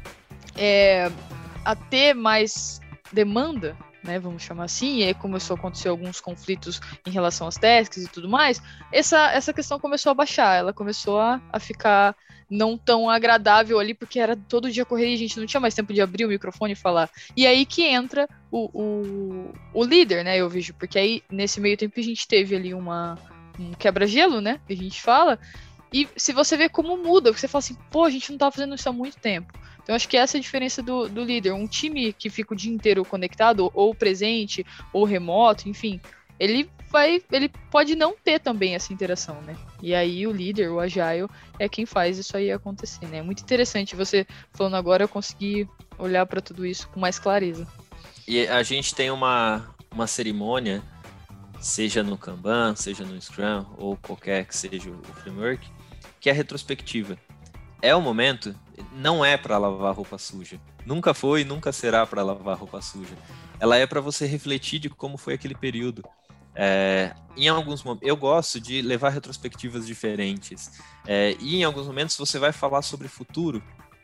a ter mais demanda, né, vamos chamar assim, e aí começou a acontecer alguns conflitos em relação às tasks e tudo mais, essa questão começou a baixar, ela começou a ficar não tão agradável ali, porque era todo dia correria, a gente não tinha mais tempo de abrir o microfone e falar. E aí que entra o líder, né, eu vejo, porque aí nesse meio tempo a gente teve ali um quebra-gelo, né, que a gente fala, e se você vê como muda, você fala assim, pô, a gente não tá fazendo isso há muito tempo. Então, acho que essa é a diferença do líder. Um time que fica o dia inteiro conectado, ou presente, ou remoto, enfim, ele pode não ter também essa interação, né? E aí o líder, o Agile, é quem faz isso aí acontecer, né? É muito interessante você falando agora, eu consegui olhar para tudo isso com mais clareza. E a gente tem uma cerimônia, seja no Kanban, seja no Scrum, ou qualquer que seja o framework, que é retrospectiva. É o momento, não é para lavar roupa suja. Nunca foi e nunca será para lavar roupa suja. Ela é para você refletir de como foi aquele período. Em alguns momentos, eu gosto de levar retrospectivas diferentes. E em alguns momentos você vai falar sobre futuro.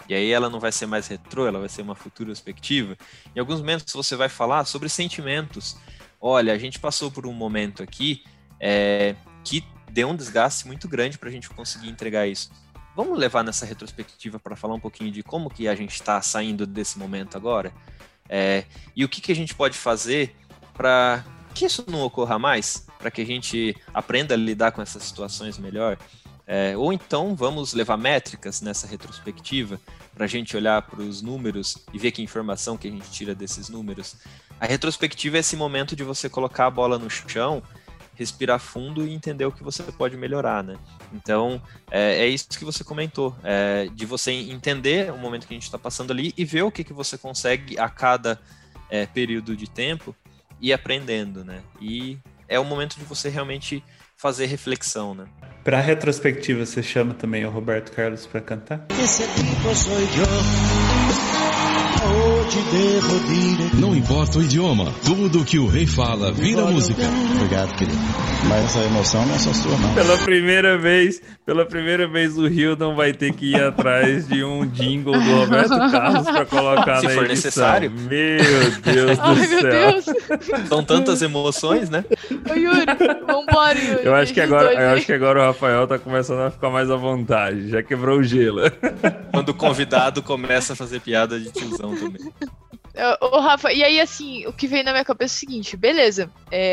E aí ela não vai ser mais retrô, ela vai ser uma futurospectiva. Em alguns momentos você vai falar sobre sentimentos. Olha, a gente passou por um momento aqui que deu um desgaste muito grande para a gente conseguir entregar isso. Vamos levar nessa retrospectiva para falar um pouquinho de como que a gente está saindo desse momento agora? E o que a gente pode fazer para que isso não ocorra mais? Para que a gente aprenda a lidar com essas situações melhor? Ou então vamos levar métricas nessa retrospectiva para a gente olhar para os números e ver que informação que a gente tira desses números. A retrospectiva é esse momento de você colocar a bola no chão, respirar fundo e entender o que você pode melhorar, né? Então, é isso que você comentou, de você entender o momento que a gente está passando ali e ver o que você consegue a cada período de tempo e aprendendo, né? E é o momento de você realmente fazer reflexão, né? Para retrospectiva, você chama também o Roberto Carlos para cantar? Não importa o idioma, tudo que o rei fala vira música. Obrigado, querido. Mas essa emoção não é só sua, não. Pela primeira vez o Hildon vai ter que ir atrás de um jingle do Roberto Carlos para colocar se na for edição. Necessário. Meu Deus do Ai, céu. meu Deus. São tantas emoções, né? Ô, Yuri, vambora, Yuri. Eu acho que agora o Rafael tá começando a ficar mais à vontade, já quebrou o gelo. Quando o convidado começa a fazer piada de tiozão também. Ô, Rafa, e aí, assim, o que veio na minha cabeça é o seguinte, beleza,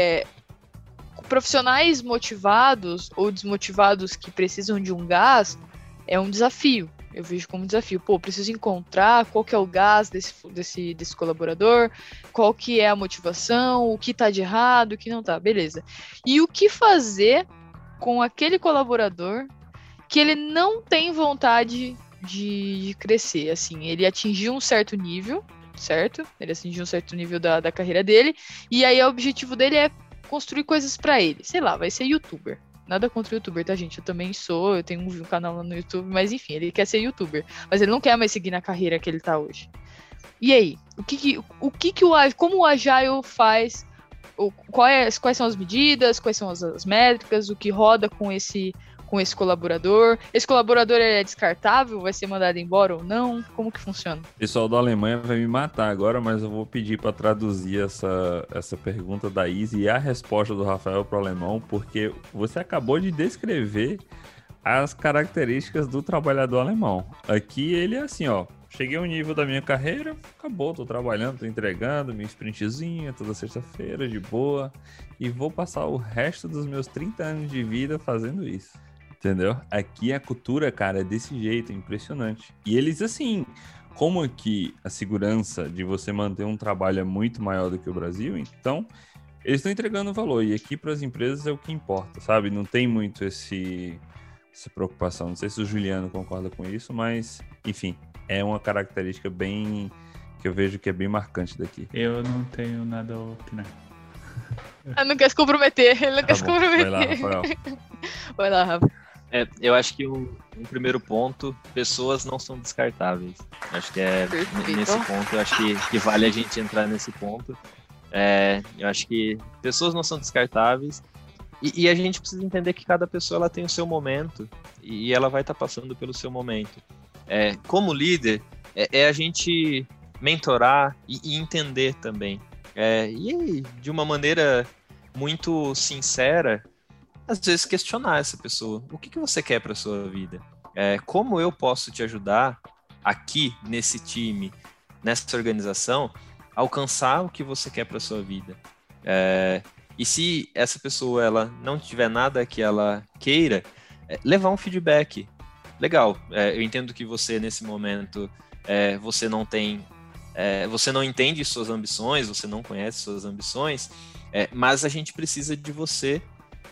profissionais motivados ou desmotivados que precisam de um gás é um desafio. Eu vejo como um desafio. Pô, preciso encontrar qual que é o gás desse colaborador, qual que é a motivação, o que tá de errado, o que não tá, beleza. E o que fazer com aquele colaborador que ele não tem vontade de crescer, assim, ele atingiu um certo nível, certo? Ele atingiu um certo nível da carreira dele, e aí o objetivo dele é construir coisas pra ele, sei lá, vai ser youtuber. Nada contra o youtuber, tá, gente? Eu também sou, eu tenho um canal lá no YouTube, mas enfim, ele quer ser youtuber, mas ele não quer mais seguir na carreira que ele tá hoje. E aí, como o Agile faz, quais são as medidas, quais são as métricas, o que roda com esse colaborador? Esse colaborador é descartável? Vai ser mandado embora ou não? Como que funciona? O pessoal da Alemanha vai me matar agora, mas eu vou pedir para traduzir essa pergunta da Izzy e a resposta do Rafael para o alemão, porque você acabou de descrever as características do trabalhador alemão. Aqui ele é assim, ó, cheguei ao nível da minha carreira, acabou, tô trabalhando, tô entregando minha sprintzinha toda sexta-feira, de boa, e vou passar o resto dos meus 30 anos de vida fazendo isso. Entendeu? Aqui a cultura, cara, é desse jeito, é impressionante. E eles, assim, como aqui a segurança de você manter um trabalho é muito maior do que o Brasil, então eles estão entregando valor. E aqui para as empresas é o que importa, sabe? Não tem muito essa preocupação. Não sei se o Juliano concorda com isso, mas, enfim, é uma característica bem que eu vejo que é bem marcante daqui. Eu não tenho nada a opinar. Ele não quer se comprometer, ele não quer se bom. comprometer. Vai lá, Rafael. Vai lá, Rafa. Eu acho que um primeiro ponto, pessoas não são descartáveis. Acho que Perfeito. Nesse ponto, eu acho que vale a gente entrar nesse ponto. Eu acho que pessoas não são descartáveis e a gente precisa entender que cada pessoa ela tem o seu momento e ela vai estar passando pelo seu momento. Como líder, a gente mentorar e entender também. E de uma maneira muito sincera, às vezes questionar essa pessoa. O que você quer para sua vida? Como eu posso te ajudar aqui, nesse time, nessa organização, a alcançar o que você quer para sua vida? E se essa pessoa ela não tiver nada que ela queira, levar um feedback. Legal, eu entendo que você, nesse momento, você não tem... você não entende suas ambições, você não conhece suas ambições, mas a gente precisa de você...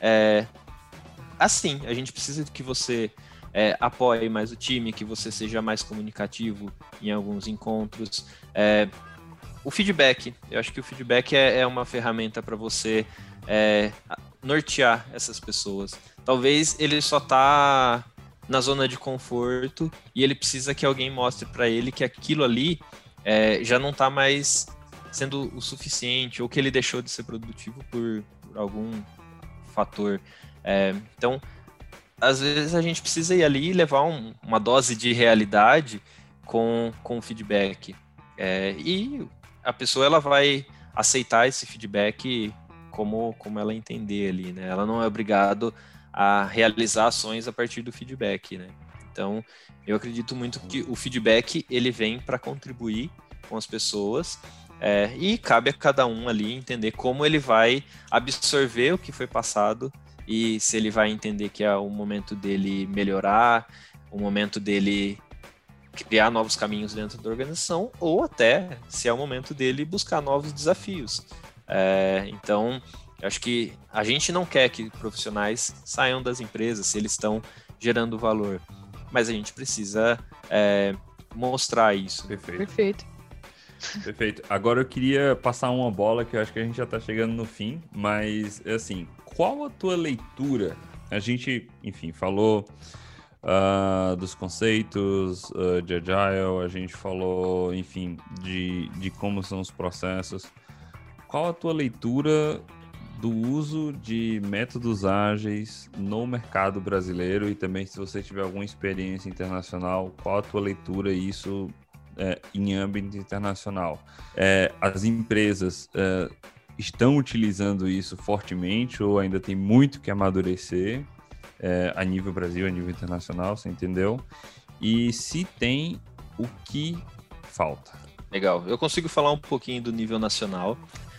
assim, a gente precisa que você apoie mais o time, que você seja mais comunicativo em alguns encontros. O feedback, eu acho que o feedback é uma ferramenta para você nortear essas pessoas. Talvez ele só tá na zona de conforto e ele precisa que alguém mostre para ele que aquilo ali já não tá mais sendo o suficiente, ou que ele deixou de ser produtivo por algum fator. Então, às vezes a gente precisa ir ali e levar uma dose de realidade com o feedback. E a pessoa ela vai aceitar esse feedback como ela entender ali, né? Ela não é obrigado a realizar ações a partir do feedback, né? Então, eu acredito muito que o feedback ele vem para contribuir com as pessoas, e cabe a cada um ali entender como ele vai absorver o que foi passado e se ele vai entender que é o momento dele melhorar, o momento dele criar novos caminhos dentro da organização, ou até se é o momento dele buscar novos desafios. Então, eu acho que a gente não quer que profissionais saiam das empresas se eles estão gerando valor, mas a gente precisa mostrar isso. Perfeito. Perfeito. Agora eu queria passar uma bola que eu acho que a gente já está chegando no fim, mas assim, qual a tua leitura? A gente, enfim, falou dos conceitos de Agile, a gente falou, enfim, de como são os processos. Qual a tua leitura do uso de métodos ágeis no mercado brasileiro e também se você tiver alguma experiência internacional, qual a tua leitura isso em âmbito internacional? As empresas estão utilizando isso fortemente ou ainda tem muito que amadurecer a nível Brasil, a nível internacional, você entendeu? E se tem, o que falta? Legal, eu consigo falar um pouquinho do nível nacional.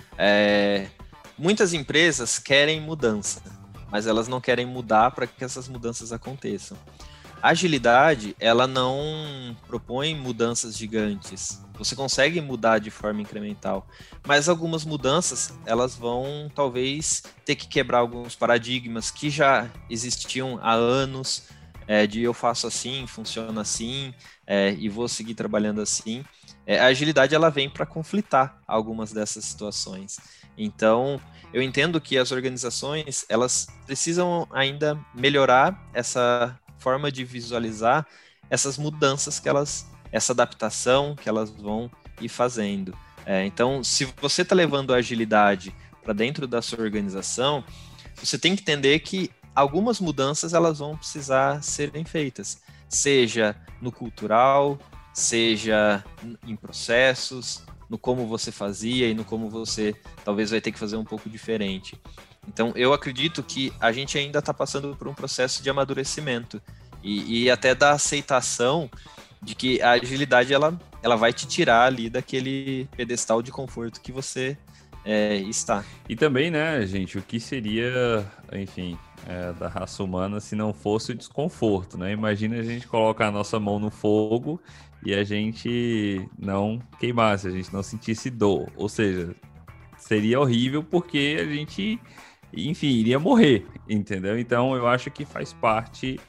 Muitas empresas querem mudança, mas elas não querem mudar para que essas mudanças aconteçam. A agilidade, ela não propõe mudanças gigantes. Você consegue mudar de forma incremental, mas algumas mudanças, elas vão talvez ter que quebrar alguns paradigmas que já existiam há anos, de eu faço assim, funciona assim, e vou seguir trabalhando assim. A agilidade, ela vem para conflitar algumas dessas situações. Então, eu entendo que as organizações, elas precisam ainda melhorar essa forma de visualizar essas mudanças essa adaptação que elas vão ir fazendo. Então, se você está levando a agilidade para dentro da sua organização, você tem que entender que algumas mudanças elas vão precisar serem feitas, seja no cultural, seja em processos, no como você fazia e no como você talvez vai ter que fazer um pouco diferente. Então, eu acredito que a gente ainda está passando por um processo de amadurecimento e até da aceitação de que a agilidade ela vai te tirar ali daquele pedestal de conforto que você está. E também, né, gente, o que seria, enfim, da raça humana se não fosse o desconforto, né? Imagina a gente colocar a nossa mão no fogo e a gente não queimasse, a gente não sentisse dor. Ou seja, seria horrível porque a gente, enfim, iria morrer, entendeu? Então, eu acho que faz parte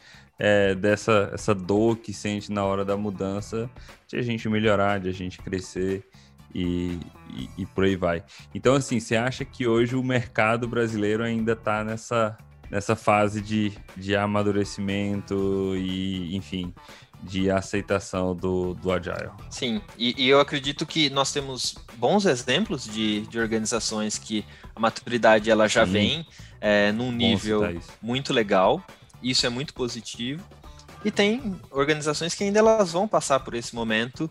essa dor que sente na hora da mudança, de a gente melhorar, de a gente crescer e por aí vai. Então, assim, você acha que hoje o mercado brasileiro ainda está nessa fase de amadurecimento e, enfim, de aceitação do Agile? Sim, e eu acredito que nós temos bons exemplos de organizações que a maturidade ela já vem num nível muito legal. Isso é muito positivo. E tem organizações que ainda elas vão passar por esse momento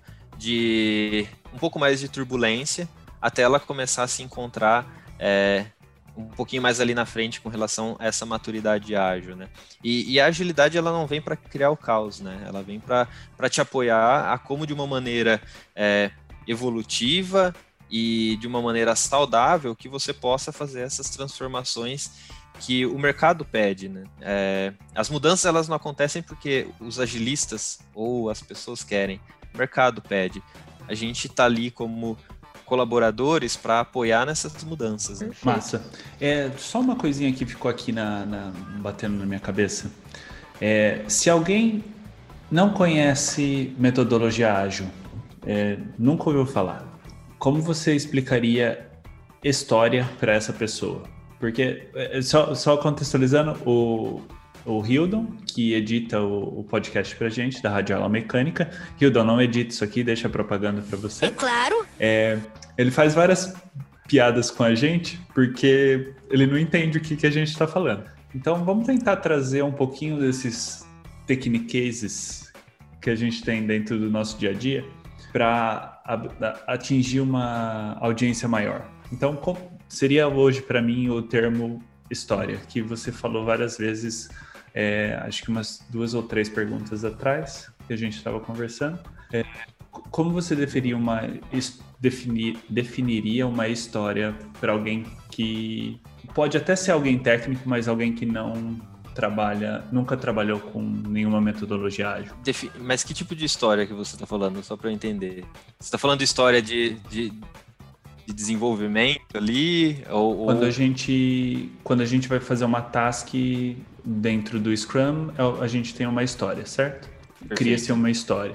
de um pouco mais de turbulência até ela começar a se encontrar um pouquinho mais ali na frente com relação a essa maturidade ágil, né? E a agilidade ela não vem para criar o caos, né? Ela vem para te apoiar a como de uma maneira evolutiva e de uma maneira saudável que você possa fazer essas transformações que o mercado pede, né? As mudanças elas não acontecem porque os agilistas ou as pessoas querem, o mercado pede. A gente está ali como colaboradores para apoiar nessas mudanças. Né? Massa. Só uma coisinha que ficou aqui batendo na minha cabeça. Se alguém não conhece metodologia ágil, nunca ouviu falar, como você explicaria história para essa pessoa? Porque, só contextualizando, o Hildon, que edita o podcast pra gente, da Rádio Aula Mecânica. Hildon, não edita isso aqui, deixa a propaganda pra você. É claro! Ele faz várias piadas com a gente, porque ele não entende o que a gente tá falando. Então, vamos tentar trazer um pouquinho desses technicases que a gente tem dentro do nosso dia a dia para atingir uma audiência maior. Então, seria hoje para mim o termo história, que você falou várias vezes, acho que umas 2 ou 3 perguntas atrás, que a gente estava conversando. Como você definiria uma história para alguém que pode até ser alguém técnico, mas alguém que nunca trabalhou com nenhuma metodologia ágil? Mas que tipo de história que você está falando, só para eu entender? Você está falando de história de desenvolvimento ali? Quando a gente vai fazer uma task dentro do Scrum, a gente tem uma história, certo? Cria-se uma história.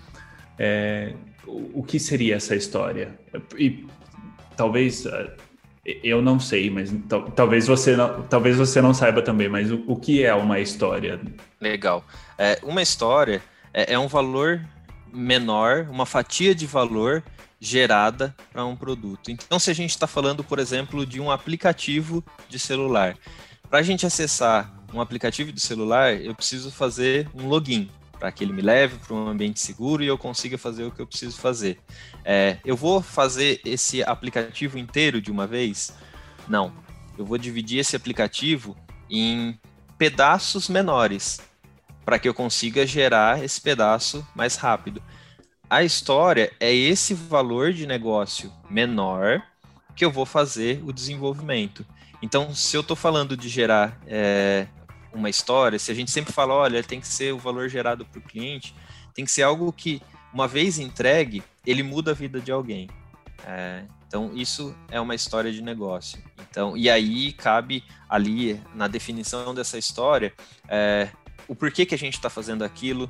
O que seria essa história? E talvez eu não sei, mas talvez você não saiba também, mas o que é uma história? Legal. Uma história é um valor menor, uma fatia de valor gerada para um produto. Então, se a gente está falando, por exemplo, de um aplicativo de celular, para a gente acessar um aplicativo de celular, eu preciso fazer um login, para que ele me leve para um ambiente seguro e eu consiga fazer o que eu preciso fazer. Eu vou fazer esse aplicativo inteiro de uma vez? Não. Eu vou dividir esse aplicativo em pedaços menores, para que eu consiga gerar esse pedaço mais rápido. A história é esse valor de negócio menor que eu vou fazer o desenvolvimento. Então, se eu estou falando de gerar uma história, se a gente sempre fala, olha, tem que ser o valor gerado para o cliente, tem que ser algo que, uma vez entregue, ele muda a vida de alguém. Então, isso é uma história de negócio. Então, e aí cabe ali, na definição dessa história, o porquê que a gente está fazendo aquilo,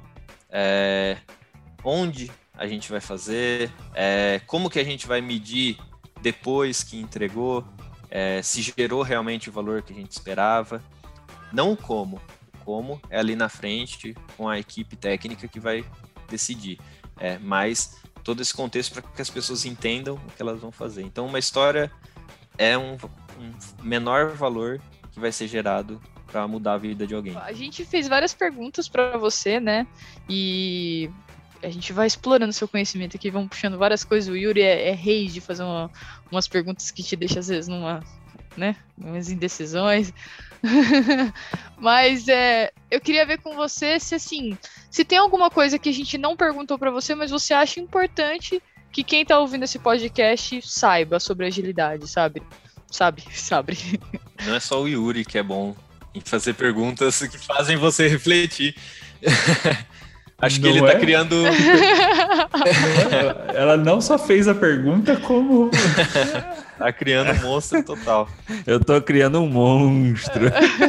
onde a gente vai fazer, como que a gente vai medir depois que entregou, se gerou realmente o valor que a gente esperava. Não como. Como é ali na frente com a equipe técnica que vai decidir. Mas todo esse contexto para que as pessoas entendam o que elas vão fazer. Então, uma história é um menor valor que vai ser gerado para mudar a vida de alguém. A gente fez várias perguntas para você, né? E a gente vai explorando seu conhecimento aqui, vamos puxando várias coisas. O Yuri é rei de fazer umas perguntas que te deixam, às vezes, umas indecisões. Mas eu queria ver com você se tem alguma coisa que a gente não perguntou para você, mas você acha importante que quem tá ouvindo esse podcast saiba sobre agilidade, sabe? Não é só o Yuri que é bom em fazer perguntas que fazem você refletir. Acho que ele tá criando... Ela não só fez a pergunta, como... Tá criando um monstro total. Eu tô criando um monstro.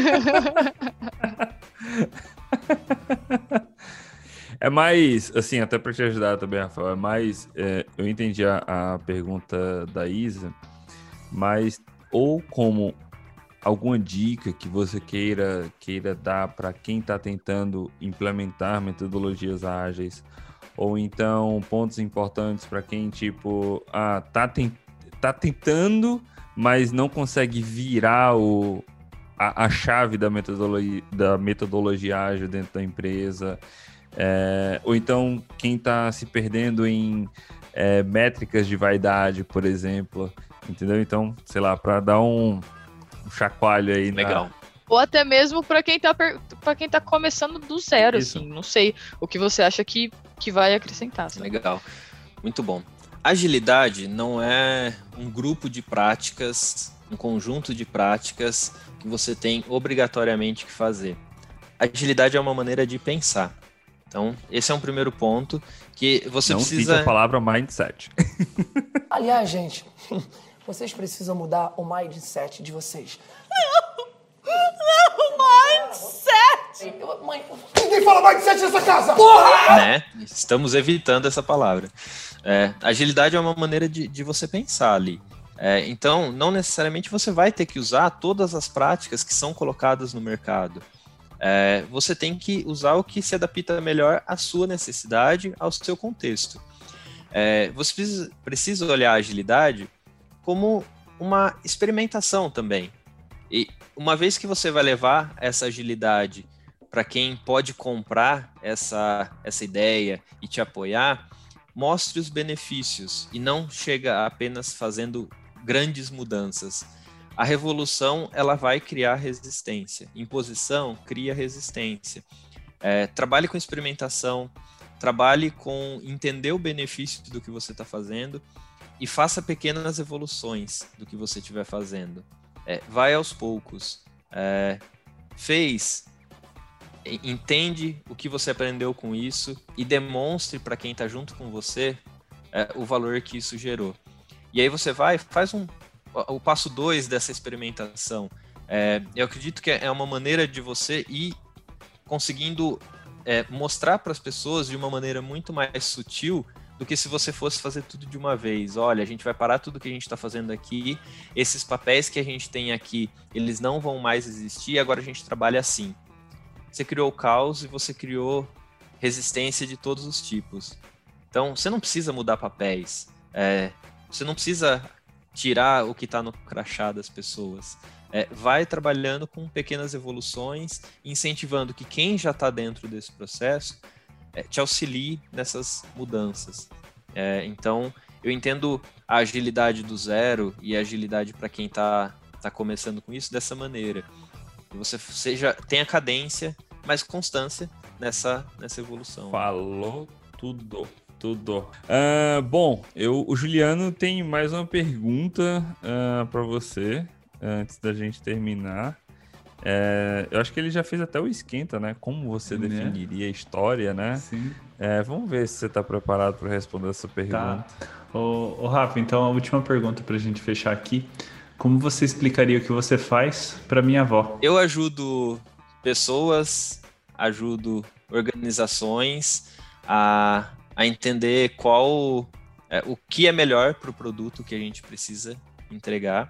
É mais, assim, até para te ajudar também, Rafael, é mais... eu entendi a pergunta da Isa, mas ou como alguma dica que você queira dar para quem está tentando implementar metodologias ágeis, ou então pontos importantes para quem, tipo, tá tentando, mas não consegue virar a chave da metodologia ágil dentro da empresa, ou então quem está se perdendo em métricas de vaidade, por exemplo, entendeu? Então, sei lá, para dar um chacoalho aí. Legal. Ou até mesmo para quem tá começando do zero, isso. Assim, não sei o que você acha que vai acrescentar. Sabe? Legal, muito bom. Agilidade não é um grupo de práticas, um conjunto de práticas que você tem obrigatoriamente que fazer. Agilidade é uma maneira de pensar. Então, esse é um primeiro ponto que você não precisa... Não cita a palavra mindset. Aliás, gente, vocês precisam mudar o mindset de vocês. Mindset! Ninguém fala mindset nessa casa! Porra! Né? Estamos evitando essa palavra. Agilidade é uma maneira de você pensar ali. Então, não necessariamente você vai ter que usar todas as práticas que são colocadas no mercado. Você tem que usar o que se adapta melhor à sua necessidade, ao seu contexto. Você precisa olhar a agilidade como uma experimentação também. E uma vez que você vai levar essa agilidade para quem pode comprar essa ideia e te apoiar, mostre os benefícios e não chega apenas fazendo grandes mudanças. A revolução, ela vai criar resistência. Imposição cria resistência. Trabalhe com experimentação, trabalhe com entender o benefício do que você está fazendo e faça pequenas evoluções do que você estiver fazendo. Vai aos poucos. Entende o que você aprendeu com isso e demonstre para quem está junto com você o valor que isso gerou. E aí você faz o passo 2 dessa experimentação. Eu acredito que é uma maneira de você ir conseguindo mostrar para as pessoas de uma maneira muito mais sutil do que se você fosse fazer tudo de uma vez. Olha, a gente vai parar tudo que a gente está fazendo aqui, esses papéis que a gente tem aqui, eles não vão mais existir, agora a gente trabalha assim. Você criou o caos e você criou resistência de todos os tipos. Então, você não precisa mudar papéis, você não precisa tirar o que está no crachá das pessoas. Vai trabalhando com pequenas evoluções, incentivando que quem já está dentro desse processo te auxilie nessas mudanças. Então, eu entendo a agilidade do zero e a agilidade para quem está começando com isso dessa maneira. Que você tenha cadência, mas constância nessa evolução. Falou tudo. Bom, o Juliano tem mais uma pergunta para você, antes da gente terminar. Eu acho que ele já fez até o esquenta, né? Como você definiria a história, né? Sim. Vamos ver se você está preparado para responder essa pergunta. Tá. Ô, Rafa, então a última pergunta para a gente fechar aqui. Como você explicaria o que você faz para minha avó? Eu ajudo pessoas, ajudo organizações a entender o que é melhor para o produto que a gente precisa entregar,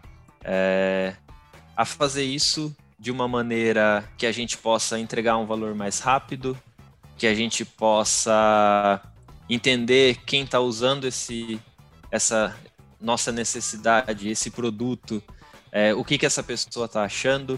a fazer isso de uma maneira que a gente possa entregar um valor mais rápido, que a gente possa entender quem está usando essa nossa necessidade, esse produto, o que essa pessoa está achando,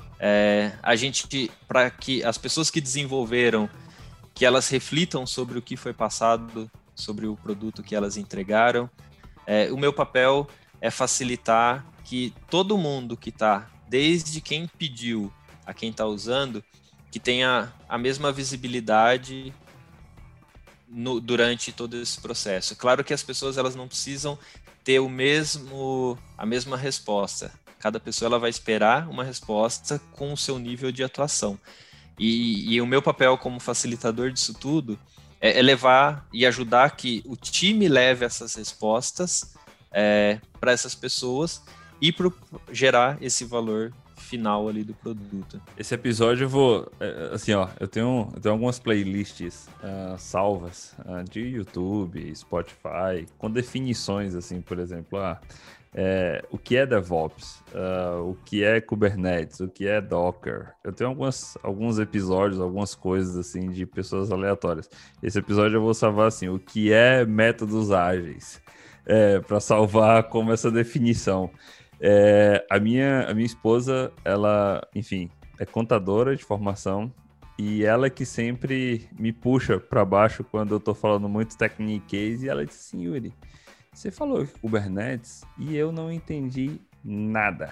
para que as pessoas que desenvolveram, que elas reflitam sobre o que foi passado, sobre o produto que elas entregaram. O meu papel é facilitar que todo mundo que está, desde quem pediu a quem está usando, que tenha a mesma visibilidade durante todo esse processo. Claro que as pessoas elas não precisam ter a mesma resposta. Cada pessoa ela vai esperar uma resposta com o seu nível de atuação. E o meu papel como facilitador disso tudo é levar e ajudar que o time leve essas respostas para essas pessoas e gerar esse valor final ali do produto. Esse episódio eu vou, eu tenho algumas playlists salvas de YouTube, Spotify, com definições, assim, por exemplo, o que é DevOps, o que é Kubernetes, o que é Docker. Eu tenho alguns episódios, algumas coisas assim de pessoas aleatórias. Esse episódio eu vou salvar assim, o que é métodos ágeis, para salvar como essa definição. A minha esposa, ela, enfim, é contadora de formação e ela que sempre me puxa para baixo quando eu tô falando muito techniquez, e ela disse assim: Yuri, você falou Kubernetes e eu não entendi nada.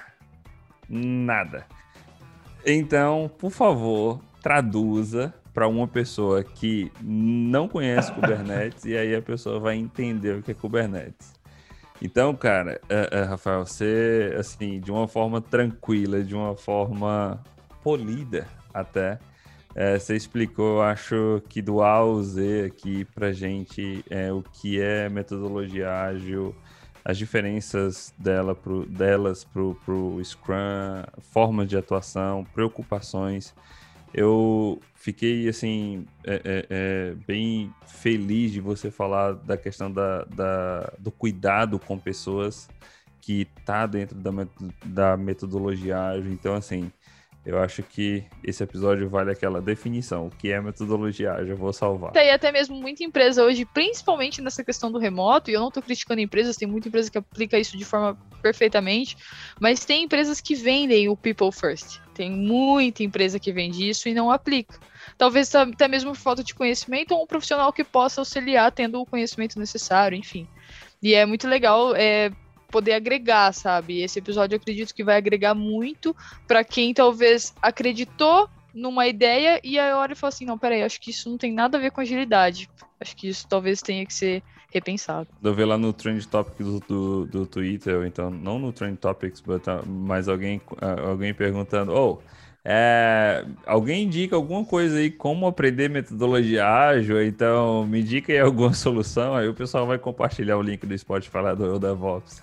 Então, por favor, traduza para uma pessoa que não conhece Kubernetes e aí a pessoa vai entender o que é Kubernetes. Então, cara, Rafael, você, assim, de uma forma tranquila, de uma forma polida até, você explicou, eu acho que do A ao Z aqui pra gente, o que é metodologia ágil, as diferenças delas pro Scrum, formas de atuação, preocupações. Eu fiquei, assim, bem feliz de você falar da questão do cuidado com pessoas que tá dentro da metodologia ágil. Então, assim, eu acho que esse episódio vale aquela definição. O que é metodologia ágil? Eu vou salvar. E até mesmo muita empresa hoje, principalmente nessa questão do remoto, e eu não estou criticando empresas, tem muita empresa que aplica isso de forma perfeitamente, mas tem empresas que vendem o people first. Tem muita empresa que vende isso e não aplica. Talvez até mesmo por falta de conhecimento ou um profissional que possa auxiliar tendo o conhecimento necessário, enfim. E é muito legal poder agregar, sabe? Esse episódio eu acredito que vai agregar muito para quem talvez acreditou numa ideia e aí olha e fala assim, não, peraí, acho que isso não tem nada a ver com agilidade. Acho que isso talvez tenha que ser repensado. Eu vi lá no Trend Topics do Twitter, ou então, não no Trend Topics, mas alguém perguntando, alguém indica alguma coisa aí, como aprender metodologia ágil, então me indica aí alguma solução, aí o pessoal vai compartilhar o link do Spotify lá do DevOps.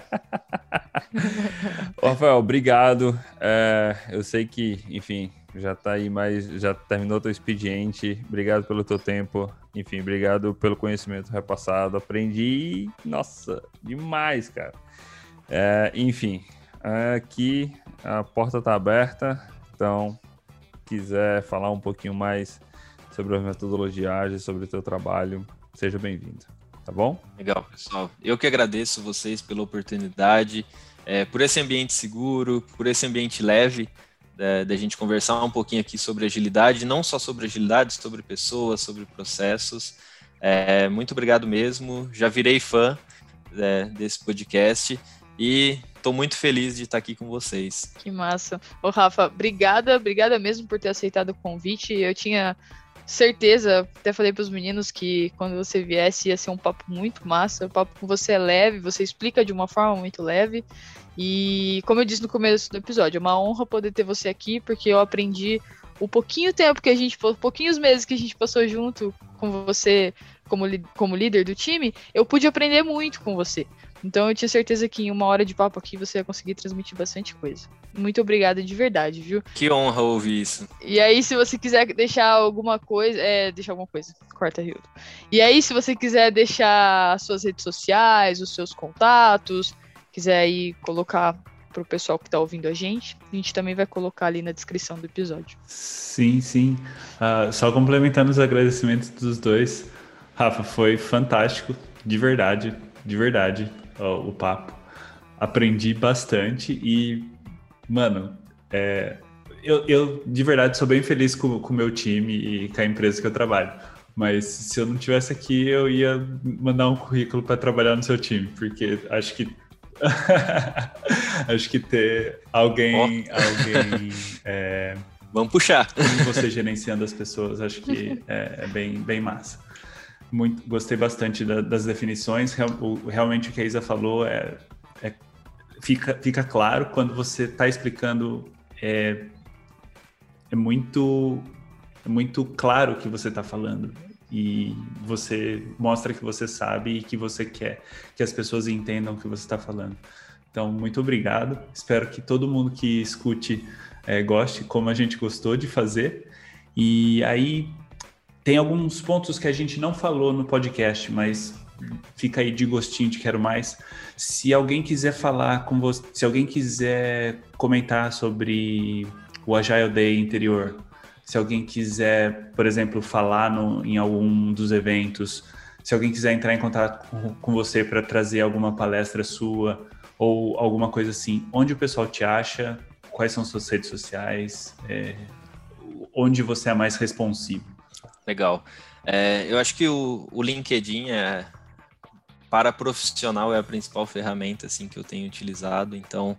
Rafael, obrigado. Eu sei que, enfim, já tá aí, mas já terminou teu expediente. Obrigado pelo teu tempo. Enfim, obrigado pelo conhecimento repassado. Aprendi, nossa, demais, cara. Enfim, aqui a porta tá aberta. Então, quiser falar um pouquinho mais sobre a metodologia ágil, sobre o teu trabalho, seja bem-vindo, tá bom? Legal, pessoal. Eu que agradeço vocês pela oportunidade, por esse ambiente seguro, por esse ambiente leve, da gente conversar um pouquinho aqui sobre agilidade, não só sobre agilidade, sobre pessoas, sobre processos. Muito obrigado mesmo, já virei fã desse podcast e estou muito feliz de estar aqui com vocês. Que massa. Ô, Rafa, obrigada mesmo por ter aceitado o convite. Eu tinha certeza, até falei para os meninos que quando você viesse ia ser um papo muito massa. O papo com você é leve, você explica de uma forma muito leve. E como eu disse no começo do episódio, é uma honra poder ter você aqui, porque eu aprendi o pouquinhos meses que a gente passou junto com você como líder do time, eu pude aprender muito com você. Então eu tinha certeza que em 1 hora de papo aqui você ia conseguir transmitir bastante coisa. Muito obrigada de verdade, viu? Que honra ouvir isso. E aí, se você quiser deixar alguma coisa... corta, Hildo. E aí, se você quiser deixar suas redes sociais, os seus contatos, quiser aí colocar pro pessoal que tá ouvindo a gente também vai colocar ali na descrição do episódio. Sim. Só complementando os agradecimentos dos dois. Rafa, foi fantástico, de verdade, o papo. Aprendi bastante e, mano, eu de verdade sou bem feliz com o meu time e com a empresa que eu trabalho. Mas se eu não estivesse aqui, eu ia mandar um currículo para trabalhar no seu time, porque acho que ter alguém vamos puxar. Você gerenciando as pessoas, acho que é bem massa. Gostei bastante das definições. Realmente o que a Isa falou fica claro quando você está explicando. É muito claro o que você está falando. E você mostra que você sabe e que você quer que as pessoas entendam o que você está falando. Então, muito obrigado. Espero que todo mundo que escute goste, como a gente gostou de fazer. E aí, tem alguns pontos que a gente não falou no podcast, mas fica aí de gostinho de quero mais. Se alguém quiser falar com você, se alguém quiser comentar sobre o Agile Day interior, se alguém quiser, por exemplo, falar em algum dos eventos, se alguém quiser entrar em contato com você para trazer alguma palestra sua ou alguma coisa assim, onde o pessoal te acha? Quais são suas redes sociais? Onde você é mais responsivo? Legal. Eu acho que o LinkedIn para profissional é a principal ferramenta assim, que eu tenho utilizado. Então,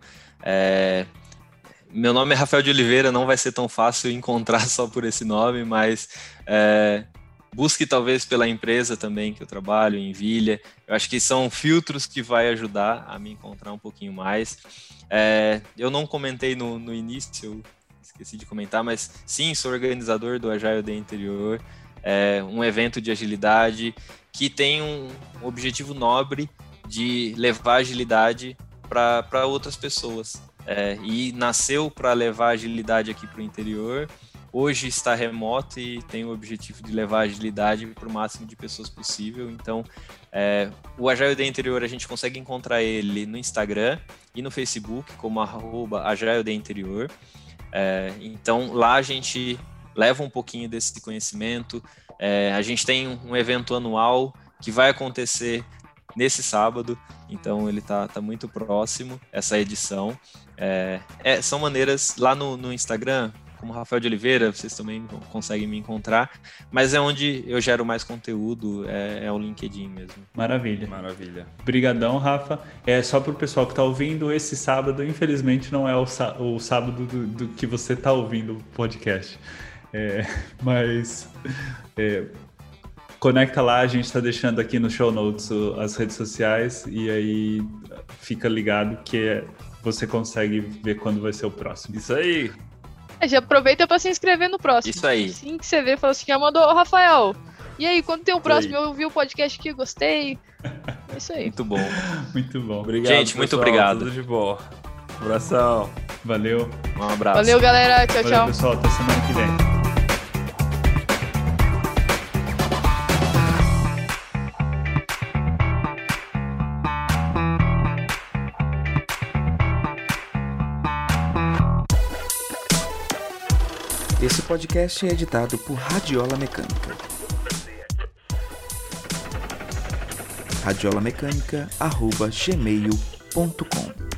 meu nome é Rafael de Oliveira, não vai ser tão fácil encontrar só por esse nome, mas busque talvez pela empresa também que eu trabalho, em Vilha. Eu acho que são filtros que vai ajudar a me encontrar um pouquinho mais. Eu não comentei no início, eu esqueci de comentar, mas sim, sou organizador do Agile Day Interior, um evento de agilidade que tem um objetivo nobre de levar agilidade para outras pessoas. E nasceu para levar agilidade aqui para o interior, hoje está remoto e tem o objetivo de levar agilidade para o máximo de pessoas possível. Então, o Agile Day Interior a gente consegue encontrar ele no Instagram e no Facebook como @Agile Day Interior. Então lá a gente leva um pouquinho desse conhecimento. A gente tem um evento anual que vai acontecer nesse sábado, então ele tá muito próximo, essa edição. São maneiras, lá no Instagram, como Rafael de Oliveira, vocês também conseguem me encontrar, mas é onde eu gero mais conteúdo, é o LinkedIn mesmo. Maravilha. Obrigadão, Rafa. Só para o pessoal que está ouvindo, esse sábado, infelizmente, não é o sábado do que você está ouvindo o podcast. Mas conecta lá, a gente está deixando aqui no show notes as redes sociais e aí fica ligado que você consegue ver quando vai ser o próximo. Isso aí! Já aproveita para se inscrever no próximo. Isso aí. Assim que você vê, fala assim, já mandou, Rafael, e aí, quando tem o próximo, eu ouvi o podcast aqui, gostei. É isso aí. Muito bom. Muito bom. Obrigado, gente, muito pessoal, obrigado. Tudo de bom. Abração. Valeu. Um abraço. Valeu, galera. Tchau, Valeu, tchau. pessoal. Até semana que vem. Esse podcast é editado por Radiola Mecânica. radiolamecânica@gmail.com